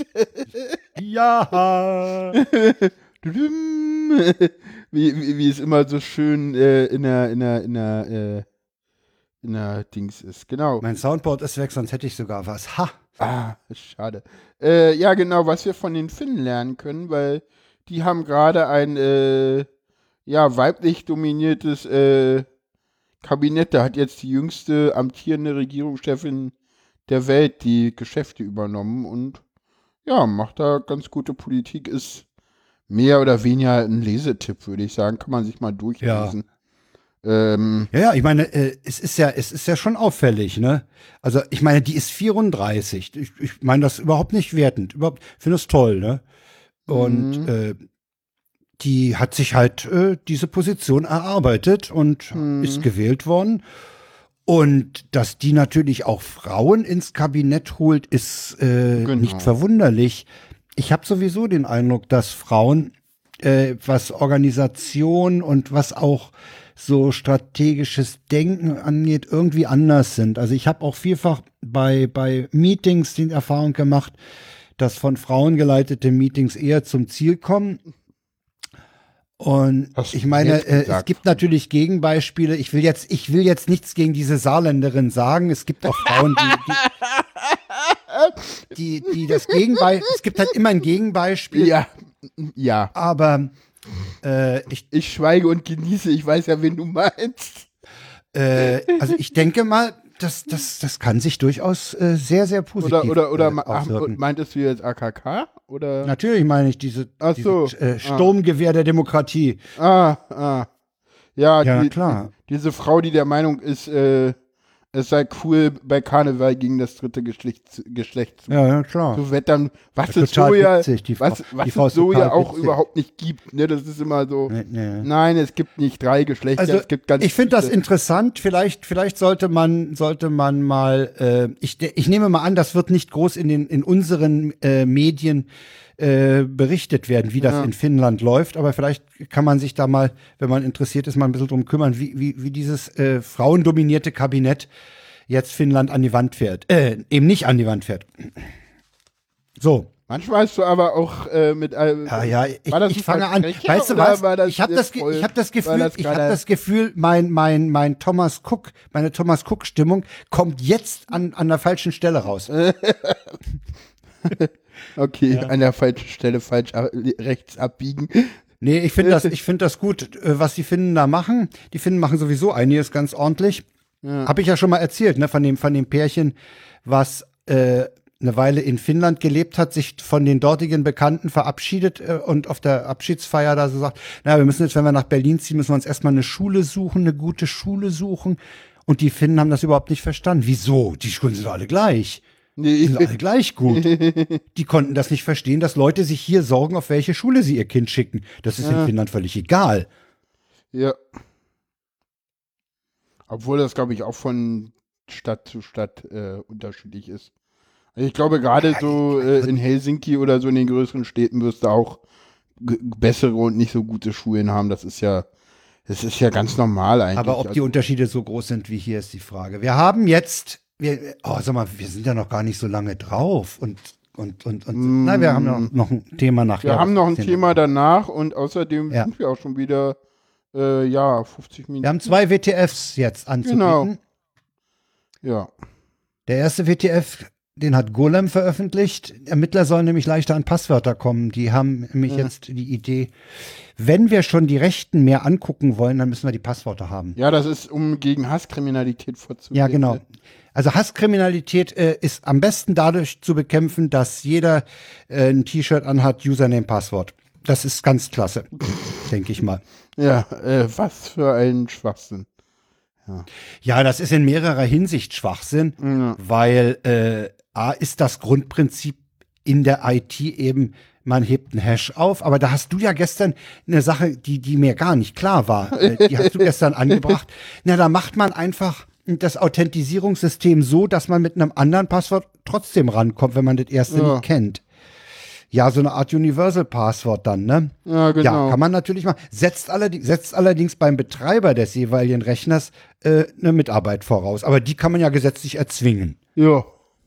Ja. Dudum. Wie, wie, wie es immer so schön äh, in der, in der, in der, äh, in der Dings ist. Genau. Mein Soundboard ist weg, sonst hätte ich sogar was. Ha. Ah, schade. Äh, ja, genau, was wir von den Finnen lernen können, weil die haben gerade ein, äh, ja, weiblich dominiertes äh, Kabinett. Da hat jetzt die jüngste amtierende Regierungschefin der Welt die Geschäfte übernommen und ja, macht da ganz gute Politik, ist mehr oder weniger ein Lesetipp, würde ich sagen. Kann man sich mal durchlesen. Ähm, Ja, ja, ich meine, äh, es ist ja, es ist ja schon auffällig, ne? Also, ich meine, die ist vierunddreißig. Ich, ich meine das überhaupt nicht wertend. Überhaupt, finde es toll, ne? Und Mhm. äh, die hat sich halt äh, diese Position erarbeitet und Mhm. ist gewählt worden. Und dass die natürlich auch Frauen ins Kabinett holt, ist äh, Genau. nicht verwunderlich. Ich habe sowieso den Eindruck, dass Frauen, äh, was Organisation und was auch so strategisches Denken angeht, irgendwie anders sind. Also ich habe auch vielfach bei, bei Meetings die Erfahrung gemacht, dass von Frauen geleitete Meetings eher zum Ziel kommen. Und Hast du ich meine, selbst äh, es gesagt. gibt natürlich Gegenbeispiele. Ich will jetzt, ich will jetzt nichts gegen diese Saarländerin sagen. Es gibt auch Frauen, die, die, die, die das Gegenbeispiel, es gibt halt immer ein Gegenbeispiel. ja, ja. Aber äh, ich, Ich schweige und genieße. Ich weiß ja, wen du meinst. äh, also ich denke mal, das, das, das kann sich durchaus äh, sehr, sehr positiv Oder, oder, oder äh, ma- ach, auswirken. meintest du jetzt A K K? Oder? Natürlich meine ich diese, Ach so. diese äh, Sturmgewehr der Demokratie. Ah, ah. Ja, Ja, die, klar. Die, diese Frau, die der Meinung ist, äh, es sei cool, bei Karneval gegen das dritte Geschlecht, Geschlecht zu, Ja, ja, klar. zu wettern, was Ja, es total so ja, witzig, die was, Frau- was die Frau es ist so ja total auch witzig. überhaupt nicht gibt. Ne? Das ist immer so, Nee, nee. nein, es gibt nicht drei Geschlechter, Also es gibt ganz ich finde das viele. interessant. Vielleicht, vielleicht sollte man, sollte man mal. Äh, ich, ich nehme mal an, das wird nicht groß in den in unseren äh, Medien äh, berichtet werden, wie das Ja. in Finnland läuft. Aber vielleicht kann man sich da mal, wenn man interessiert ist, mal ein bisschen drum kümmern, wie wie, wie dieses äh, frauendominierte Kabinett jetzt Finnland an die Wand fährt. Äh, eben nicht an die Wand fährt. So. Manchmal hast du aber auch äh, mit einem. Ja, ja, ich, War das ich ein fange an. Versprecher Weißt du oder was? war das Ich habe jetzt das, Ge- voll- ich hab das war Gefühl, das ich habe gerade- das Gefühl, mein, mein, mein Thomas Cook, meine Thomas Cook Stimmung kommt jetzt an, an der falschen Stelle raus. Okay, an der falschen Stelle falsch ab, rechts abbiegen. Nee, ich finde das, ich finde das gut, äh, was die Finnen da machen. Die Finnen machen sowieso einiges ganz ordentlich. Ja. Habe ich ja schon mal erzählt, ne, von dem, von dem Pärchen, was äh, eine Weile in Finnland gelebt hat, sich von den dortigen Bekannten verabschiedet äh, und auf der Abschiedsfeier da so sagt, na, wir müssen jetzt, wenn wir nach Berlin ziehen, müssen wir uns erstmal eine Schule suchen, eine gute Schule suchen. Und die Finnen haben das überhaupt nicht verstanden. Wieso? Die Schulen sind doch alle gleich. Die Nee. sind alle gleich gut. Die konnten das nicht verstehen, dass Leute sich hier sorgen, auf welche Schule sie ihr Kind schicken. Das ist in Ja. Finnland völlig egal. Ja. Obwohl das, glaube ich, auch von Stadt zu Stadt äh, unterschiedlich ist. Also ich glaube, gerade so äh, in Helsinki oder so in den größeren Städten wirst du auch g- bessere und nicht so gute Schulen haben. Das ist ja, das ist ja ganz normal eigentlich. Aber ob die Also, Unterschiede so groß sind wie hier, ist die Frage. Wir haben jetzt, wir, oh, sag mal, wir sind ja noch gar nicht so lange drauf. Und, und, und, und Mm. na, wir haben noch, noch ein Thema nachher. wir haben noch ein Thema danach und außerdem Ja. sind wir auch schon wieder, äh, ja, fünfzig Minuten. Wir haben zwei W T Fs jetzt anzubieten. Genau. Ja. Der erste W T F, den hat Golem veröffentlicht. Ermittler sollen nämlich leichter an Passwörter kommen. Die haben nämlich Mhm. jetzt die Idee, wenn wir schon die Rechten mehr angucken wollen, dann müssen wir die Passwörter haben. Ja, das ist, um gegen Hasskriminalität vorzugehen. Ja, genau. Also Hasskriminalität äh, ist am besten dadurch zu bekämpfen, dass jeder äh, ein T-Shirt anhat, Username, Passwort. Das ist ganz klasse, denke ich mal. Ja, äh, was für ein Schwachsinn. Ja, das ist in mehrerer Hinsicht Schwachsinn, Ja. weil äh, A ist das Grundprinzip in der I T eben, man hebt einen Hash auf, aber da hast du ja gestern eine Sache, die, die mir gar nicht klar war, äh, die hast du gestern angebracht. Na, da macht man einfach das Authentisierungssystem so, dass man mit einem anderen Passwort trotzdem rankommt, wenn man das erste Ja. nicht kennt. Ja, so eine Art Universal Passwort dann, ne? Ja, genau. Ja, kann man natürlich machen. Setzt allerdings, setzt allerdings beim Betreiber des jeweiligen Rechners äh, eine Mitarbeit voraus. Aber die kann man ja gesetzlich erzwingen. Ja.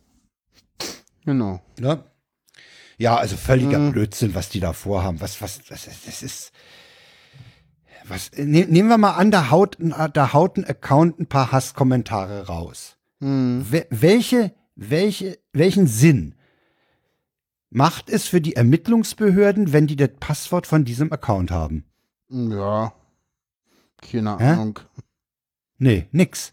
Genau. Ne? Ja, also völliger Mhm. Blödsinn, was die da vorhaben. Was, was, das ist, das ist. Was, ne, nehmen wir mal an, da haut, ein- da haut ein Account ein paar Hasskommentare raus. Hm. We welche, welche, welchen Sinn macht es für die Ermittlungsbehörden, wenn die das Passwort von diesem Account haben? Ja. Keine Hä? Ahnung. Nee, nix.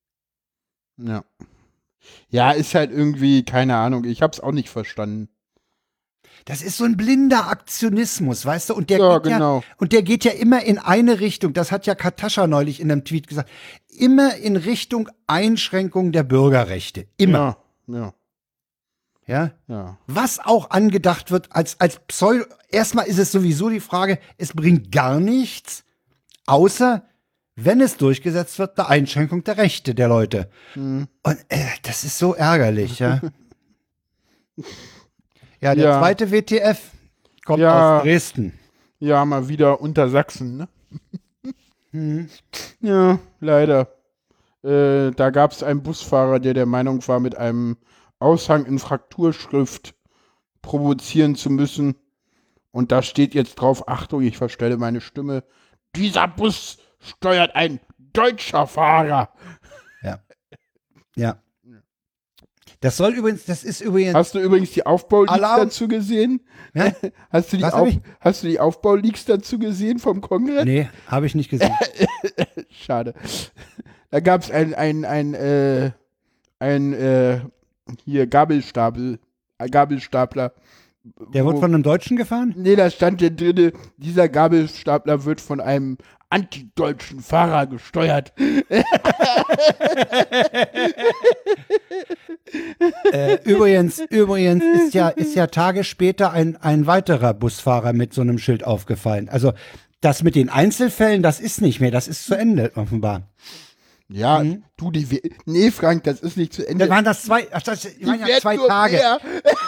Ja. Ja, ist halt irgendwie, keine Ahnung, ich hab's auch nicht verstanden. Das ist so ein blinder Aktionismus, weißt du? Und der, Ja, geht genau. ja, und der geht ja immer in eine Richtung. Das hat ja Katascha neulich in einem Tweet gesagt. Immer in Richtung Einschränkung der Bürgerrechte. Immer. Ja, ja, Ja. ja. Was auch angedacht wird als, als Pseudo. Erstmal ist es sowieso die Frage, es bringt gar nichts, außer, wenn es durchgesetzt wird, eine Einschränkung der Rechte der Leute. Hm. Und äh, das ist so ärgerlich, ja. Ja, der Ja. zweite W T F kommt Ja. aus Dresden. Ja, mal wieder unter Sachsen, ne? Hm. Ja, leider. Äh, da gab es einen Busfahrer, der der Meinung war, mit einem Aushang in Frakturschrift provozieren zu müssen. Und da steht jetzt drauf, Achtung, ich verstelle meine Stimme, dieser Bus steuert ein deutscher Fahrer. Ja. Ja. Das soll übrigens, das ist übrigens. Hast du übrigens die Aufbauleaks Alarm. dazu gesehen? Ja? Hast du die, Was hab Auf, ich? hast du die Aufbauleaks dazu gesehen vom Kongress? Nee, habe ich nicht gesehen. Schade. Da gab es ein, ein, ein, äh, ein, äh, hier Gabelstapel, äh, Gabelstapler. Der wurde wo- von einem Deutschen gefahren? Nee, da stand ja drin, dieser Gabelstapler wird von einem antideutschen Fahrer gesteuert. Äh, übrigens, übrigens ist ja, ist ja Tage später ein, ein weiterer Busfahrer mit so einem Schild aufgefallen. Also das mit den Einzelfällen, das ist nicht mehr, das ist zu Ende offenbar. Ja, Mhm. du, die, We- nee, Frank, das ist nicht zu Ende. Da waren das zwei, ach, das Die waren ja werden zwei nur Tage. mehr.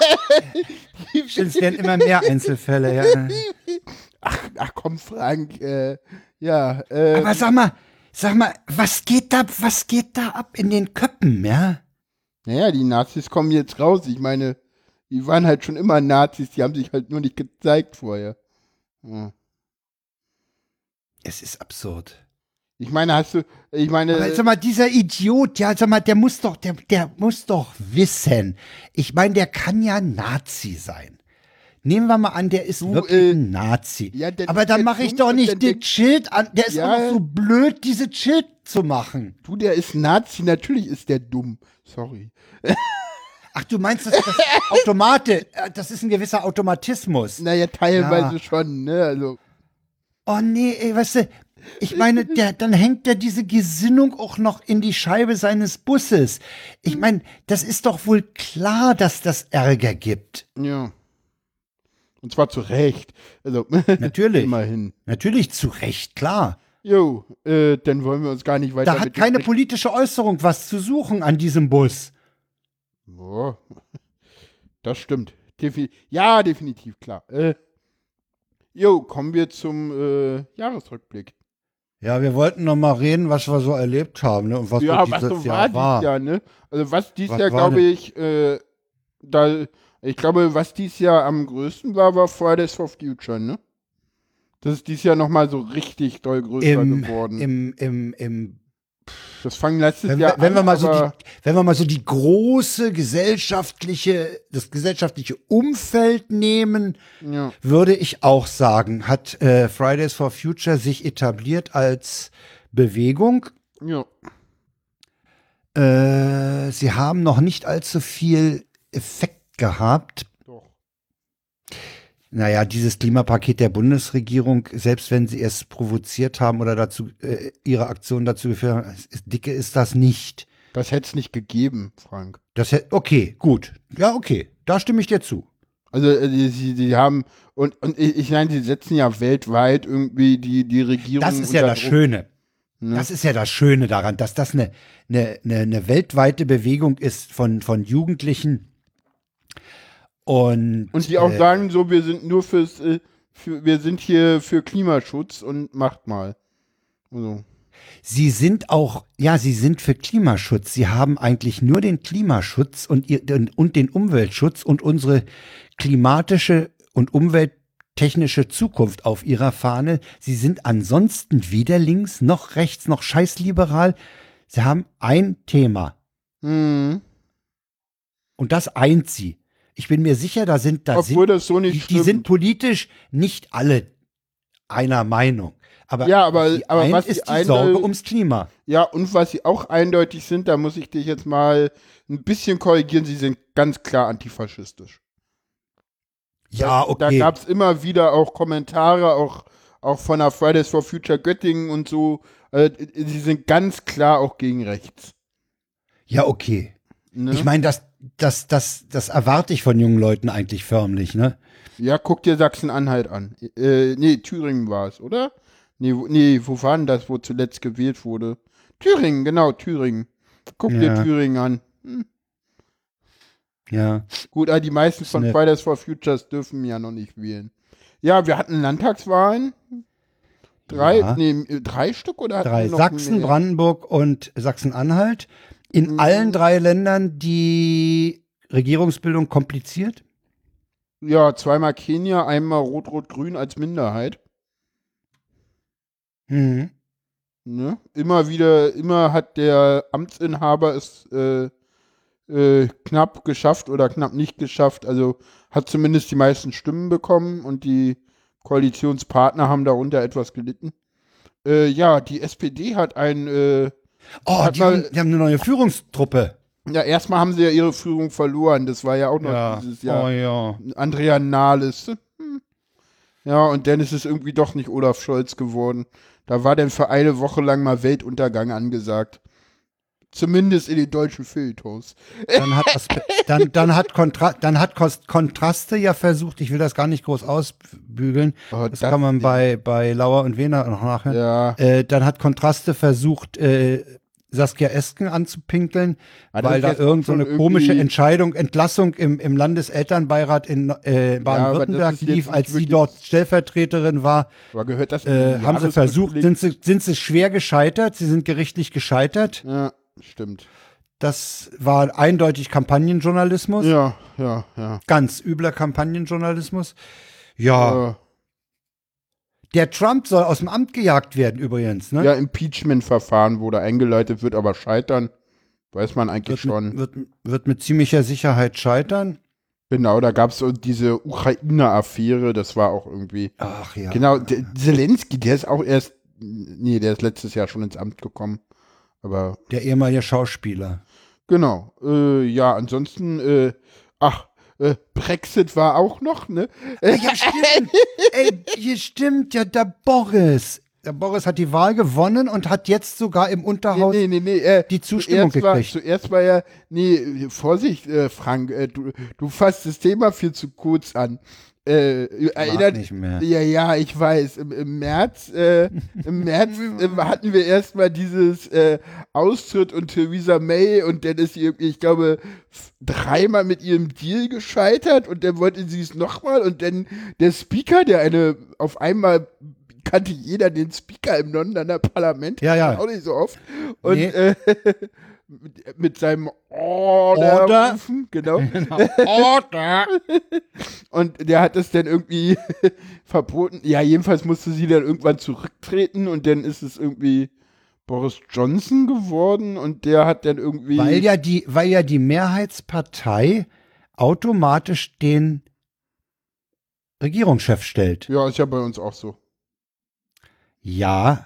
Es werden immer mehr Einzelfälle, ja. Ach, ach komm, Frank, äh, ja, äh, Aber sag mal, sag mal, was geht da, was geht da ab in den Köppen, ja? naja, die Nazis kommen jetzt raus. Ich meine, die waren halt schon immer Nazis, die haben sich halt nur nicht gezeigt vorher. Ja. Es ist absurd. Ich meine, hast du, ich meine, Aber sag mal, dieser Idiot, ja, sag mal, der muss doch, der, der muss doch wissen. Ich meine, der kann ja Nazi sein. Nehmen wir mal an, der ist Du, wirklich äh, ein Nazi. ja, der- Aber dann der mache ich dumm doch und nicht dann das denkt- Schild an. Der ist Ja. auch noch so blöd, dieses Schild zu machen. du, der ist Nazi, natürlich ist der dumm. Sorry. Ach, du meinst, das, das Automate, äh, das ist ein gewisser Automatismus. Naja, teilweise Ja. schon, ne, also, Oh nee, ey, weißt du, Ich meine, der, dann hängt ja diese Gesinnung auch noch in die Scheibe seines Busses. Ich meine, das ist doch wohl klar, dass das Ärger gibt. Ja. Und zwar zu Recht. Also, Natürlich. immerhin. Natürlich zu Recht, klar. Jo, äh, dann wollen wir uns gar nicht weiter Da hat mit dem keine Recht- politische Äußerung was zu suchen an diesem Bus. Boah. Das stimmt. Defi- ja, definitiv, klar. Äh, jo, kommen wir zum äh, Jahresrückblick. Ja, wir wollten noch mal reden, was wir so erlebt haben, ne? Und was Ja, so was dieses so Jahr war dieses war. Jahr, ne? Also was dieses Was Jahr, war glaube denn? ich, äh, da, ich glaube, was dieses Jahr am größten war, war Fridays for Future, ne? Das ist dieses Jahr nochmal so richtig doll größer Im, geworden. im, im, im das fang letztes Wenn, Jahr wenn, an, wir mal so aber die, wenn wir mal so die große gesellschaftliche, das gesellschaftliche Umfeld nehmen, ja, würde ich auch sagen, hat äh, Fridays for Future sich etabliert als Bewegung. ja, Äh, sie haben noch nicht allzu viel Effekt gehabt. doch. Naja, dieses Klimapaket der Bundesregierung, selbst wenn sie es provoziert haben oder dazu äh, ihre Aktion dazu geführt haben, ist, dicke ist das nicht. Das hätte es nicht gegeben, Frank. Das hätte, okay, gut. Ja, okay, da stimme ich dir zu. Also äh, die, die, die haben, und, und ich ich meine, die setzen ja weltweit irgendwie die, die Regierung Das ist ja unter das Druck, Schöne. ne? Das ist ja das Schöne daran, dass das eine, eine, eine, eine weltweite Bewegung ist von, von Jugendlichen. Und, Und die auch äh, sagen so, wir sind nur fürs, äh, für, wir sind hier für Klimaschutz und macht mal. Also, sie sind auch, ja, sie sind für Klimaschutz. Sie haben eigentlich nur den Klimaschutz und, ihr, und den Umweltschutz und unsere klimatische und umwelttechnische Zukunft auf ihrer Fahne. Sie sind ansonsten weder links noch rechts noch scheißliberal. Sie haben ein Thema hm. und das eint sie. Ich bin mir sicher, da sind, da Obwohl sind das so nicht die, die stimmt. sind politisch nicht alle einer Meinung. Aber, Ja, aber- was sie aber eint, was ist sie die Sorge eindeutig- ums Klima. Ja, und was sie auch eindeutig sind, da muss ich dich jetzt mal ein bisschen korrigieren, sie sind ganz klar antifaschistisch. Ja, Da okay. gab es immer wieder auch Kommentare, auch, auch von der Fridays for Future Göttingen und so. Äh, sie sind ganz klar auch gegen rechts. Ja, okay. Ne? Ich meine, das, das, das, das erwarte ich von jungen Leuten eigentlich förmlich, ne? Ja, guck dir Sachsen-Anhalt an. Äh, nee, Thüringen war es, oder? Nee, wo, nee, wo war denn das, wo zuletzt gewählt wurde? Thüringen, genau, Thüringen. Guck Ja. dir Thüringen an. Ja. Gut, aber die meisten von ne- Fridays for Futures dürfen ja noch nicht wählen. Ja, wir hatten Landtagswahlen. Drei, Ja. nee, äh, drei Stück oder hatten Drei, wir noch Sachsen, mehr? Brandenburg und Sachsen-Anhalt. In Mhm. allen drei Ländern die Regierungsbildung kompliziert. Ja, zweimal Kenia, einmal Rot-Rot-Grün als Minderheit. Mhm. Ne? Immer wieder, immer hat der Amtsinhaber es äh, äh, knapp geschafft oder knapp nicht geschafft. Also hat zumindest die meisten Stimmen bekommen und die Koalitionspartner haben darunter etwas gelitten. Äh, ja, die S P D hat ein, äh, Oh, Hat die mal- haben, die haben eine neue Führungstruppe. ja, erstmal haben sie ja ihre Führung verloren. Das war ja auch noch dieses Jahr. Oh ja. Andrea Nahles. Hm. Ja, und dann ist es irgendwie doch nicht Olaf Scholz geworden. Da war dann für eine Woche lang mal Weltuntergang angesagt. Zumindest in den deutschen Feuilletons. Dann hat, das, dann, dann hat, Kontra, dann hat Kost- Kontraste ja versucht, ich will das gar nicht groß ausbügeln, Oh, das, das- kann man bei, bei Lauer und Wehner noch nachhören. Ja. Äh, dann hat Kontraste versucht, äh, Saskia Esken anzupinkeln, Ah, das weil ist da jetzt auch irgend so schon eine komische irgendwie- Entscheidung, Entlassung im, im Landeselternbeirat in äh, Baden-Württemberg das ist jetzt lief, nicht als sie wirklich- dort Stellvertreterin war, Aber gehört das äh, in die haben sie versucht, Jahresrückblick? sind sie, sind sie schwer gescheitert, sie sind gerichtlich gescheitert. Ja, stimmt. Das war eindeutig Kampagnenjournalismus. Ja, ja, ja. Ganz übler Kampagnenjournalismus. Ja, Äh, der Trump soll aus dem Amt gejagt werden übrigens, ne? ja, Impeachment-Verfahren wurde eingeleitet, wird aber scheitern. Weiß man eigentlich wird, schon. mit, wird, wird mit ziemlicher Sicherheit scheitern. Genau, da gab es so diese Ukraine-Affäre, das war auch irgendwie. Ach ja. Genau, der, Zelensky, der ist auch erst, nee, der ist letztes Jahr schon ins Amt gekommen. Aber Der ehemalige Schauspieler. genau, äh, ja, ansonsten, äh, ach, äh, Brexit war auch noch, ne? Äh, Ja, stimmt. Ey, hier stimmt ja der Boris. der Boris hat die Wahl gewonnen und hat jetzt sogar im Unterhaus Nee, nee, nee, nee, äh, die Zustimmung zuerst war, gekriegt. zuerst war ja, nee, Vorsicht, äh, Frank, äh, du, du fasst das Thema viel zu kurz an. Äh, erinnert, nicht mehr. Ja, ja, ich weiß. Im, im März, äh, im März äh, hatten wir erstmal dieses äh, Austritt und Theresa May und dann ist sie, irgendwie, ich glaube, f- dreimal mit ihrem Deal gescheitert und dann wollte sie es nochmal und dann der Speaker, der eine, auf einmal kannte jeder den Speaker im Londoner Parlament, Ja, ja. auch nicht so oft und Nee. äh, mit, mit seinem Order, Order. rufen, genau. Order. Und der hat das dann irgendwie verboten. Ja, jedenfalls musste sie dann irgendwann zurücktreten und dann ist es irgendwie Boris Johnson geworden und der hat dann irgendwie. Weil ja die, weil ja die Mehrheitspartei automatisch den Regierungschef stellt. Ja, ist ja bei uns auch so. Ja.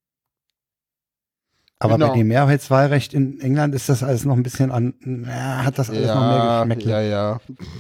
Aber Genau. bei dem Mehrheitswahlrecht in England ist das alles noch ein bisschen an, na, hat das alles noch mehr Ja, Geschmäckle. ja, ja.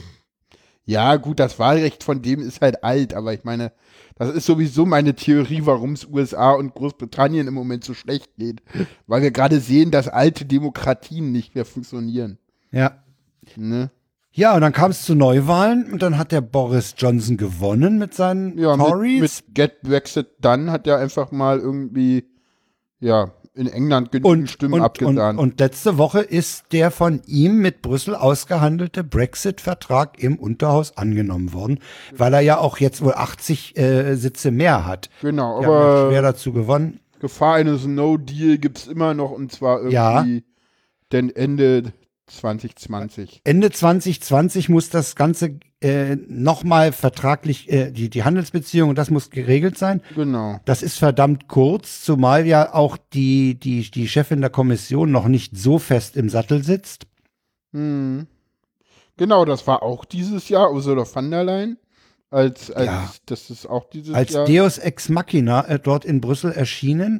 Ja, gut, das Wahlrecht von dem ist halt alt, aber ich meine, das ist sowieso meine Theorie, warum es U S A und Großbritannien im Moment so schlecht geht. Weil wir gerade sehen, dass alte Demokratien nicht mehr funktionieren. Ja. Ne? Ja, und dann kam es zu Neuwahlen und dann hat der Boris Johnson gewonnen mit seinen Ja, mit, Tories. mit Get Brexit Done hat er einfach mal irgendwie, ja, in England genügend und, Stimmen und, und, abgetan. und letzte Woche ist der von ihm mit Brüssel ausgehandelte Brexit-Vertrag im Unterhaus angenommen worden, weil er ja auch jetzt wohl achtzig äh, Sitze mehr hat. genau, Wir haben ja schwer aber dazu gewonnen. Gefahr eines No-Deal gibt es immer noch und zwar irgendwie Ja. denn Ende zwanzig zwanzig. Ende zwanzig zwanzig muss das Ganze äh, nochmal vertraglich, äh, die, die Handelsbeziehung, und das muss geregelt sein. Genau. Das ist verdammt kurz, zumal ja auch die, die, die Chefin der Kommission noch nicht so fest im Sattel sitzt. Hm. Genau, das war auch dieses Jahr, Ursula von der Leyen. Als, als Ja. das ist auch dieses Als Jahr. Deus Ex Machina äh, dort in Brüssel erschienen,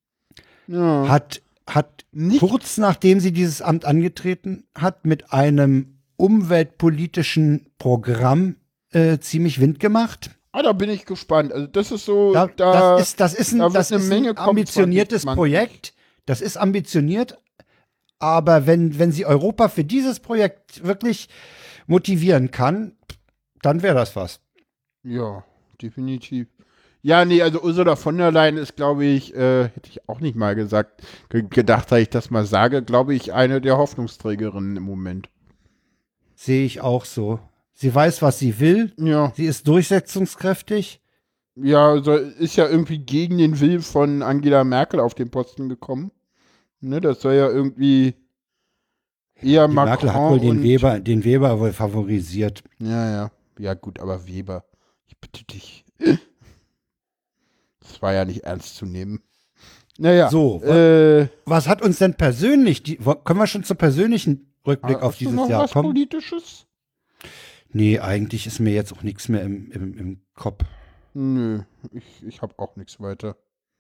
ja. hat, hat Nicht- kurz nachdem sie dieses Amt angetreten hat, mit einem umweltpolitischen Programm äh, ziemlich Wind gemacht. Ah, da bin ich gespannt. Also das ist so, Da, da, das ist, das ist ein, da wird das eine ist Menge ein kommen ambitioniertes zwanzig zwanzig. Projekt. Das ist ambitioniert. Aber wenn, wenn sie Europa für dieses Projekt wirklich motivieren kann, dann wäre das was. Ja, definitiv. Ja, nee, also Ursula von der Leyen ist, glaube ich, äh, hätte ich auch nicht mal gesagt, ge gedacht, dass ich das mal sage, glaube ich, eine der Hoffnungsträgerinnen im Moment. Sehe ich auch so. Sie weiß, was sie will. Ja, Sie ist durchsetzungskräftig. ja, so, ist ja irgendwie gegen den Willen von Angela Merkel auf den Posten gekommen. Ne, das soll ja irgendwie eher Die Macron Merkel hat wohl den und, Weber, den Weber wohl favorisiert. Ja, ja. Ja, gut, aber Weber, ich bitte dich. Das war ja nicht ernst zu nehmen. Naja, So, äh, Was hat uns denn persönlich, die, wo- können wir schon zum persönlichen Rückblick auf hast du dieses noch Jahr was kommen? Politisches? Nee, eigentlich ist mir jetzt auch nichts mehr im, im, im Kopf. Nö, ich, ich habe auch nichts weiter.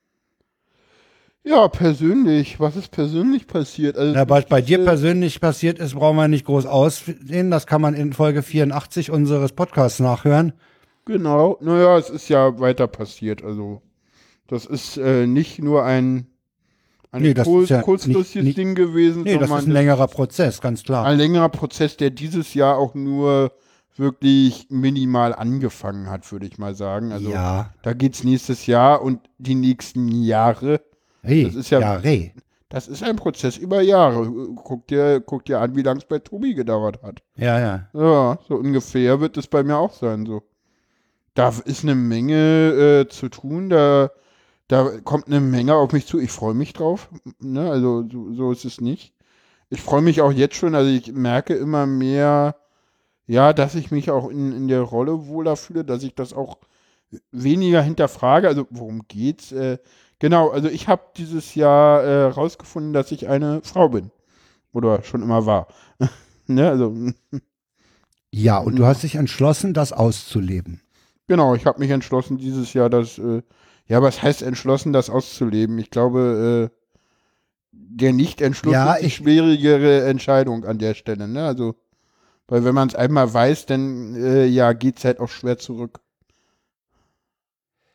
Ja, persönlich, was ist persönlich passiert? Also, Na, was bei dir äh, persönlich passiert ist, brauchen wir nicht groß aussehen. Das kann man in Folge vierundachtzig unseres Podcasts nachhören. Genau, naja, es ist ja weiter passiert. Also, das ist äh, nicht nur ein, ein Nee, das kurz, ist ja kurzfristiges nicht- nicht- Ding gewesen, Nee, das sondern ist ein längerer Prozess, ganz klar. ein längerer Prozess, der dieses Jahr auch nur wirklich minimal angefangen hat, würde ich mal sagen. Also, ja. da geht's nächstes Jahr und die nächsten Jahre. Hey, Das ist ja- ja, Reh. Das ist ein Prozess über Jahre. Guck dir, guck dir an, wie lange es bei Tobi gedauert hat. Ja, ja. Ja, so ungefähr wird es bei mir auch sein. So. Da ist eine Menge äh, zu tun. Da, da kommt eine Menge auf mich zu. Ich freue mich drauf. Ne? Also so, so ist es nicht. Ich freue mich auch jetzt schon. Also ich merke immer mehr, ja, dass ich mich auch in, in der Rolle wohler fühle, dass ich das auch weniger hinterfrage. Also worum geht's? Äh, genau, also ich habe dieses Jahr äh, rausgefunden, dass ich eine Frau bin. Oder schon immer war. ne? Also Ja, und du hast dich entschlossen, das auszuleben. genau, ich habe mich entschlossen, dieses Jahr das, äh, ja, was heißt entschlossen, das auszuleben? Ich glaube, äh, der Nicht-Entschluss Ja, ist die ich- schwierigere Entscheidung an der Stelle, ne? Also, weil wenn man es einmal weiß, dann, äh, ja, geht's halt auch schwer zurück.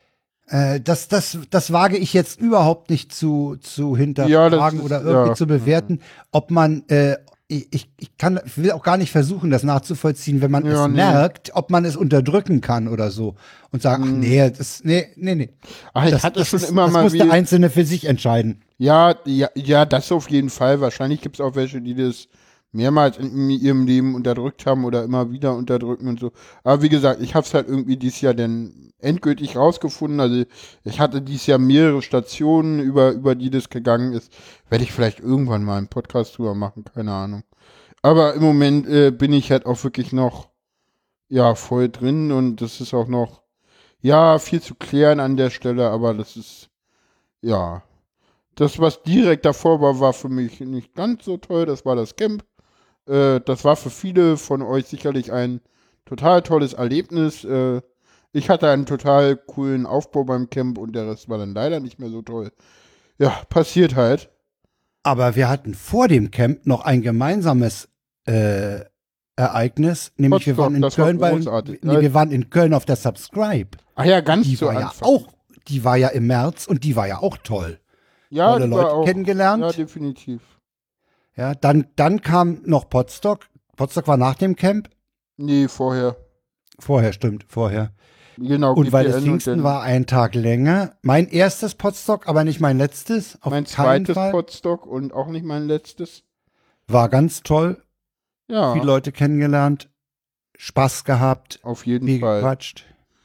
Äh, das, das, das wage ich jetzt überhaupt nicht zu, zu Ja, hinterfragen das ist- oder irgendwie ja. zu bewerten, ob man, äh, ich, ich- ich kann, will auch gar nicht versuchen, das nachzuvollziehen, wenn man Ja, es nee. merkt, ob man es unterdrücken kann oder so und sagen, ach nee, das, nee, nee, nee. Ach, ich Das, hatte das, schon ist, immer das mal muss wie, der Einzelne für sich entscheiden. ja, ja, ja, das auf jeden Fall. Wahrscheinlich gibt es auch welche, die das mehrmals in ihrem Leben unterdrückt haben oder immer wieder unterdrücken und so. Aber wie gesagt, ich habe es halt irgendwie dieses Jahr dann endgültig rausgefunden. Also ich hatte dieses Jahr mehrere Stationen, über, über die das gegangen ist. Werde ich vielleicht irgendwann mal einen Podcast drüber machen, keine Ahnung. Aber im Moment äh, bin ich halt auch wirklich noch, ja, voll drin und das ist auch noch, ja, viel zu klären an der Stelle, aber das ist, ja, das, was direkt davor war, war für mich nicht ganz so toll. Das war das Camp. Äh, das war für viele von euch sicherlich ein total tolles Erlebnis. Äh, ich hatte einen total coolen Aufbau beim Camp und der Rest war dann leider nicht mehr so toll. Ja, passiert halt. Aber wir hatten vor dem Camp noch ein gemeinsames äh, Ereignis, nämlich wir Potsdok, waren in das war Köln bei, großartig. nee, wir waren in Köln auf der Subscribe. Ach ja, ganz Die zu war ja Anfang. auch, die war ja im März und die war ja auch toll. ja, tolle die war Leute auch, kennengelernt. Ja, definitiv. Ja, dann, dann kam noch Potsdok. Potsdok war nach dem Camp. Nee, vorher. Vorher, stimmt, vorher. Genau, Und weil es G P N Pfingsten dann war ein Tag länger. Mein erstes Potsdok, aber nicht mein letztes. Auf mein keinen zweites Fall. Potsdok und auch nicht mein letztes. War ganz toll. Ja, Viele Leute kennengelernt. Spaß gehabt. auf jeden Viel Fall. gequatscht.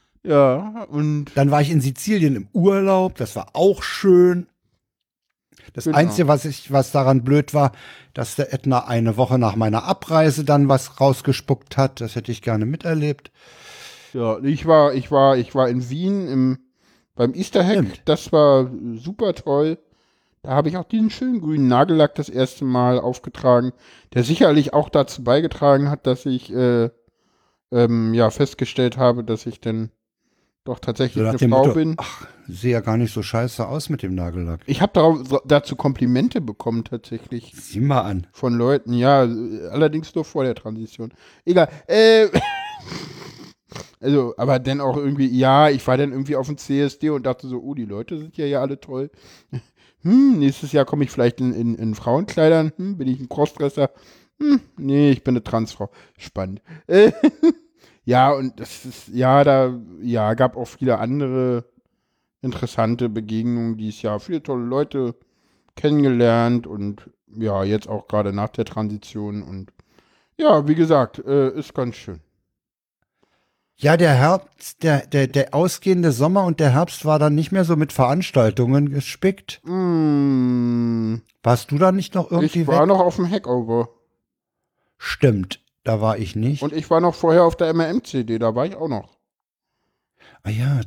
Ja, und Dann war ich in Sizilien im Urlaub. Das war auch schön. Das Genau. Einzige, was ich, was daran blöd war, dass der Ätna eine Woche nach meiner Abreise dann was rausgespuckt hat. Das hätte ich gerne miterlebt. ja, ich war, ich war, ich war in Wien im, beim Easter Hack. Stimmt. Das war super toll. Da habe ich auch diesen schönen grünen Nagellack das erste Mal aufgetragen, der sicherlich auch dazu beigetragen hat, dass ich äh, ähm, ja festgestellt habe, dass ich denn doch tatsächlich So nach eine dem Frau Motto, bin. ach, sehe ja gar nicht so scheiße aus mit dem Nagellack. Ich habe darauf- dazu Komplimente bekommen tatsächlich. Sieh mal an. Von Leuten, ja, äh, allerdings nur vor der Transition. Egal. Äh, also, aber dann auch irgendwie, ja, ich war dann irgendwie auf dem C S D und dachte so, oh, die Leute sind ja ja alle toll. Hm, nächstes Jahr komme ich vielleicht in, in, in Frauenkleidern. Hm, bin ich ein Crossdresser? Hm, nee, ich bin eine Transfrau. Spannend. Äh, ja, und das ist, ja, da, ja, gab auch viele andere interessante Begegnungen dieses Jahr. Viele tolle Leute kennengelernt und ja, jetzt auch gerade nach der Transition und ja, wie gesagt, äh, ist ganz schön. Ja, der Herbst, der, der, der ausgehende Sommer und der Herbst war dann nicht mehr so mit Veranstaltungen gespickt. Mm, Warst du da nicht noch irgendwie ich war weg? noch auf dem Hackover Stimmt, da war ich nicht. und ich war noch vorher auf der M R M-C D, da war ich auch noch. Ah ja.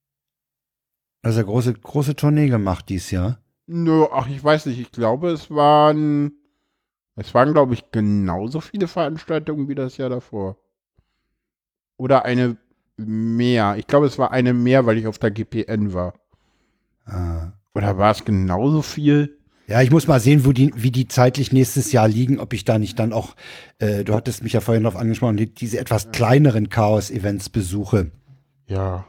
Also große, große Tournee gemacht dieses Jahr. Nö, ach, ich weiß nicht, ich glaube, es waren, es waren, glaube ich, genauso viele Veranstaltungen wie das Jahr davor. Oder eine mehr. Ich glaube, es war eine mehr, weil ich auf der G P N war. Ah. Oder war es genauso viel? Ja, ich muss mal sehen, wo die, wie die zeitlich nächstes Jahr liegen, ob ich da nicht dann auch, äh, du hattest mich ja vorhin darauf angesprochen, die, diese etwas kleineren Chaos-Events besuche. Ja.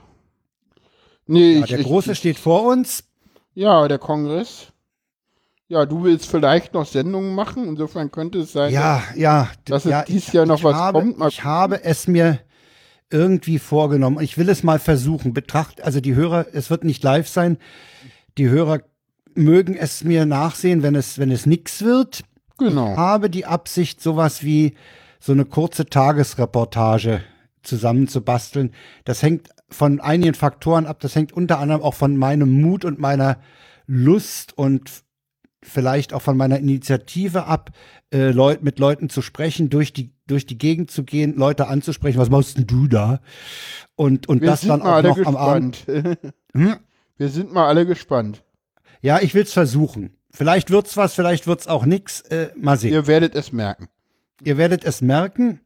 Nee, Ja, ich, der ich, große ich, steht vor uns. Ja, der Kongress. Ja, du willst vielleicht noch Sendungen machen, insofern könnte es sein, Ja, ja. dass ja, es dieses ich, Jahr noch ich was habe, kommt. Mal Ich habe es mir irgendwie vorgenommen. Ich will es mal versuchen. Betracht, also die Hörer, es wird nicht live sein. Die Hörer mögen es mir nachsehen, wenn es, wenn es nix wird. genau. Ich habe die Absicht, sowas wie so eine kurze Tagesreportage zusammenzubasteln. Das hängt von einigen Faktoren ab. Das hängt unter anderem auch von meinem Mut und meiner Lust und vielleicht auch von meiner Initiative ab, äh, Leut, mit Leuten zu sprechen, durch die, durch die Gegend zu gehen, Leute anzusprechen. Was machst denn du da? Und, und Wir das sind dann mal auch alle noch am Abend. gespannt. Hm? Wir sind mal alle gespannt. Ja, ich will's versuchen. Vielleicht wird's was, vielleicht wird's auch nix. Äh, mal sehen. Ihr werdet es merken. Ihr werdet es merken.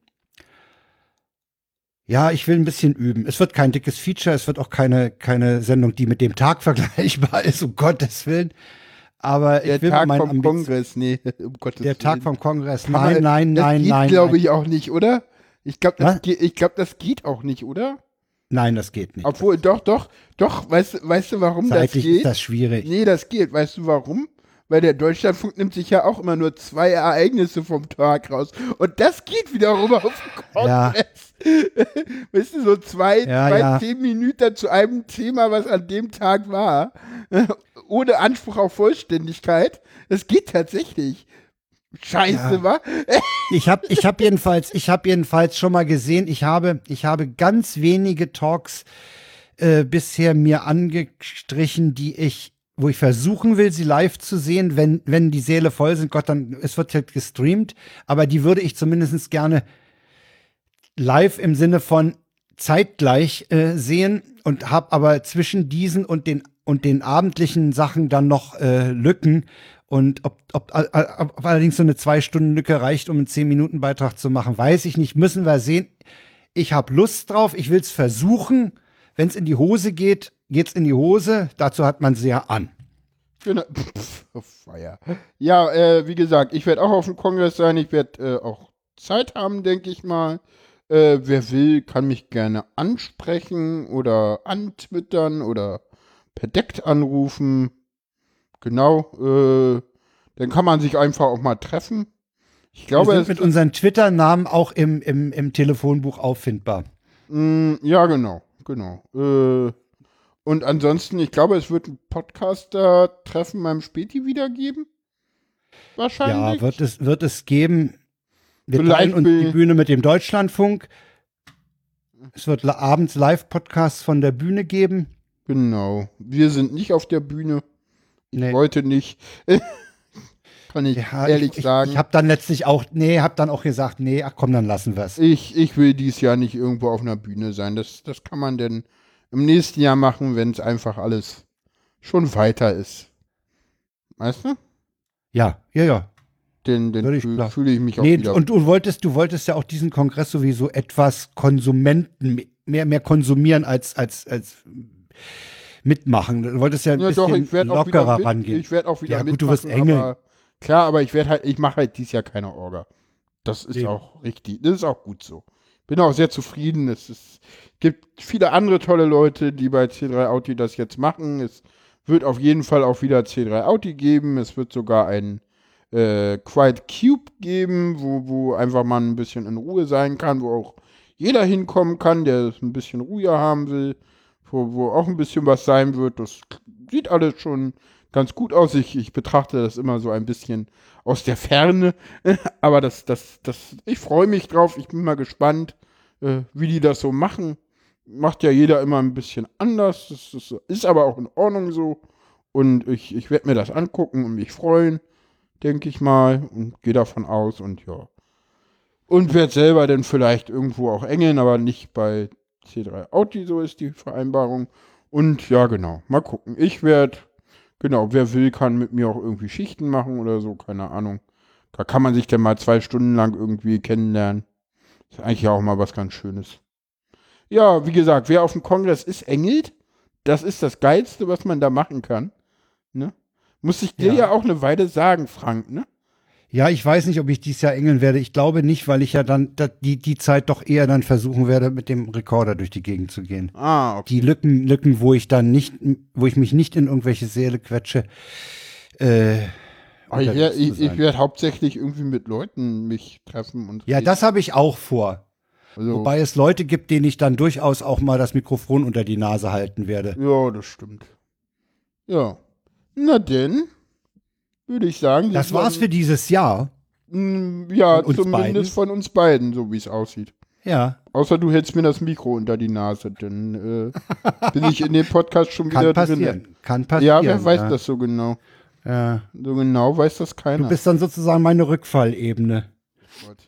Ja, ich will ein bisschen üben. Es wird kein dickes Feature, es wird auch keine, keine Sendung, die mit dem Tag vergleichbar ist, um Gottes Willen. Aber Der ich will Tag mal vom meinen Ambiz- Kongress, nee, um Gottes Der Tag Willen. vom Kongress. Kann man- Nein, nein, das nein, geht, nein. glaube nein. ich, auch nicht, oder? Ich glaube, das, Was? ge- ich glaub, das geht auch nicht, oder? Nein, das geht nicht. Obwohl, doch, doch, doch, weißt, du- weißt du, warum Zeitlich das geht? ist das schwierig. Nee, das geht. Weißt du warum? Weil der Deutschlandfunk nimmt sich ja auch immer nur zwei Ereignisse vom Tag raus. Und das geht wiederum auf den Ja. Kongress. Weißt du, so zwei, Ja, zwei ja. zehn Minuten zu einem Thema, was an dem Tag war. Ohne Anspruch auf Vollständigkeit. Das geht tatsächlich. Scheiße, Ja. wa? Ich habe ich hab jedenfalls, ich habe jedenfalls schon mal gesehen, ich habe, ich habe ganz wenige Talks äh, bisher mir angestrichen, die ich, wo ich versuchen will, sie live zu sehen, wenn, wenn die Säle voll sind. Gott, dann, es wird halt gestreamt, aber die würde ich zumindest gerne live im Sinne von zeitgleich äh, sehen und habe aber zwischen diesen und den und den abendlichen Sachen dann noch äh, Lücken. Und ob, ob, ob, ob allerdings so eine Zwei-Stunden-Lücke reicht, um einen zehn-Minuten-Beitrag zu machen, weiß ich nicht. Müssen wir sehen. Ich habe Lust drauf. Ich will es versuchen. Wenn es in die Hose geht, geht's in die Hose. Dazu hat man sie ja an. Genau. Pff, oh, Feier. Ja, äh, wie gesagt, ich werde auch auf dem Kongress sein. Ich werde äh, auch Zeit haben, denke ich mal. Äh, wer will, kann mich gerne ansprechen oder antwittern oder per Deck anrufen. Genau. Äh, dann kann man sich einfach auch mal treffen. Ich glaube, wir es sind mit unseren Twitter-Namen auch im, im, im Telefonbuch auffindbar. mh, ja, genau, genau. Äh, und ansonsten, ich glaube, es wird ein Podcaster-Treffen beim Späti wieder geben. Wahrscheinlich. Ja, wird es, wird es geben. Wir Vielleicht teilen uns will- die Bühne mit dem Deutschlandfunk. Es wird la- abends Live-Podcasts von der Bühne geben. Genau. Wir sind nicht auf der Bühne. Ich Nee. wollte nicht. Kann ich Ja, ehrlich ich, ich, sagen. Ich habe dann letztlich auch, nee, habe dann auch gesagt, nee, ach komm, dann lassen wir es. Ich, ich will dieses Jahr nicht irgendwo auf einer Bühne sein. Das, das kann man denn im nächsten Jahr machen, wenn es einfach alles schon weiter ist. Weißt du? Ja, ja, ja. Denn Würde dann ich fühle klar. fühl ich mich auch Nee, wieder. und du wolltest, du wolltest ja auch diesen Kongress sowieso etwas Konsumenten, mehr, mehr konsumieren als, als, als mitmachen. Du wolltest ja ein ja, bisschen doch, ich werde auch wieder lockerer mit, rangehen. ich werde auch wieder Ja, gut, du wirst mitmachen, Engel. aber klar, aber ich werde halt, ich mache halt dieses Jahr keine Orga. Das ist Eben. auch richtig. Das ist auch gut so. Bin auch sehr zufrieden. Es ist, gibt viele andere tolle Leute, die bei C drei Audi das jetzt machen. Es wird auf jeden Fall auch wieder C drei Audi geben. Es wird sogar ein äh, Quiet Cube geben, wo, wo einfach mal ein bisschen in Ruhe sein kann, wo auch jeder hinkommen kann, der es ein bisschen ruhiger haben will, wo, wo auch ein bisschen was sein wird. Das sieht alles schon ganz gut aus. Ich, ich betrachte das immer so ein bisschen aus der Ferne, aber das, das, das, ich freue mich drauf. Ich bin mal gespannt, äh, wie die das so machen. Macht ja jeder immer ein bisschen anders. Das, das ist aber auch in Ordnung so. Und ich, ich werde mir das angucken und mich freuen, denke ich mal, und gehe davon aus und ja. Und werde selber dann vielleicht irgendwo auch engeln, aber nicht bei C drei Audi, so ist die Vereinbarung. Und ja, genau, mal gucken. Ich werde, genau, wer will, kann mit mir auch irgendwie Schichten machen oder so, keine Ahnung. Da kann man sich dann mal zwei Stunden lang irgendwie kennenlernen. Ist eigentlich auch mal was ganz Schönes. Ja, wie gesagt, wer auf dem Kongress ist, engelt. Das ist das Geilste, was man da machen kann. Ne? Muss ich dir ja. Ja. ja auch eine Weile sagen, Frank, ne? Ja, ich weiß nicht, ob ich dieses Jahr engeln werde. Ich glaube nicht, weil ich ja dann da, die, die Zeit doch eher dann versuchen werde, mit dem Rekorder durch die Gegend zu gehen. Ah, okay. Die Lücken, Lücken, wo ich dann nicht, wo ich mich nicht in irgendwelche Säle quetsche. Äh, Aber ich unterwegs werde zu ich, ich sein. werd hauptsächlich irgendwie mit Leuten mich treffen und Ja, reden. das habe ich auch vor. also, Wobei es Leute gibt, denen ich dann durchaus auch mal das Mikrofon unter die Nase halten werde. ja, das stimmt. Ja. Na denn, würde ich sagen. Das war's für dieses Jahr. Mm, Ja, von uns zumindest beiden. von uns beiden, so wie es aussieht. Ja, Außer du hältst mir das Mikro unter die Nase, dann äh, bin ich in dem Podcast schon kann wieder passieren. drin. Kann passieren. Ja, wer weiß ja. das so genau? Ja. So genau weiß das keiner. Du bist dann sozusagen meine Rückfallebene. Gott.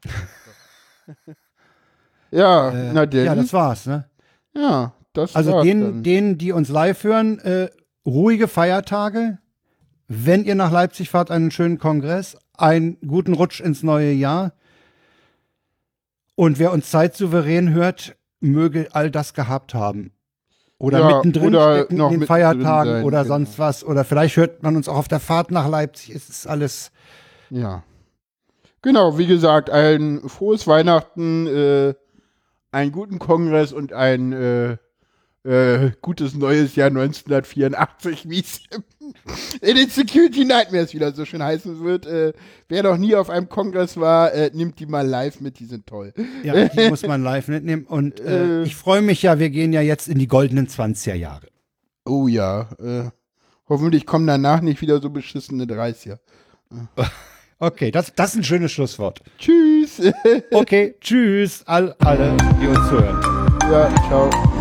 Ja, Äh, na denn. ja, das war's, ne? Ja, das Also war's denen, dann. denen, die uns live hören, äh, ruhige Feiertage. Wenn ihr nach Leipzig fahrt, einen schönen Kongress, einen guten Rutsch ins neue Jahr. Und wer uns zeitsouverän hört, möge all das gehabt haben. Oder Ja, mittendrin oder stecken noch in den mittendrin Feiertagen sein, oder genau. sonst was. Oder vielleicht hört man uns auch auf der Fahrt nach Leipzig. Es ist alles. Ja. Genau, wie gesagt, ein frohes Weihnachten, äh, einen guten Kongress und ein äh, äh, gutes neues Jahr neunzehnhundertvierundachtzig, wie es in den Security Nightmares wieder so schön heißen wird. Äh, wer noch nie auf einem Kongress war, äh, nimmt die mal live mit, die sind toll. Ja, die muss man live mitnehmen. Und äh, ich freue mich ja, wir gehen ja jetzt in die goldenen zwanziger Jahre. Oh ja, äh, hoffentlich kommen danach nicht wieder so beschissene dreißiger. Okay, das, das ist ein schönes Schlusswort. Tschüss. Okay, tschüss, all, alle, die uns zuhören. Ja, ciao.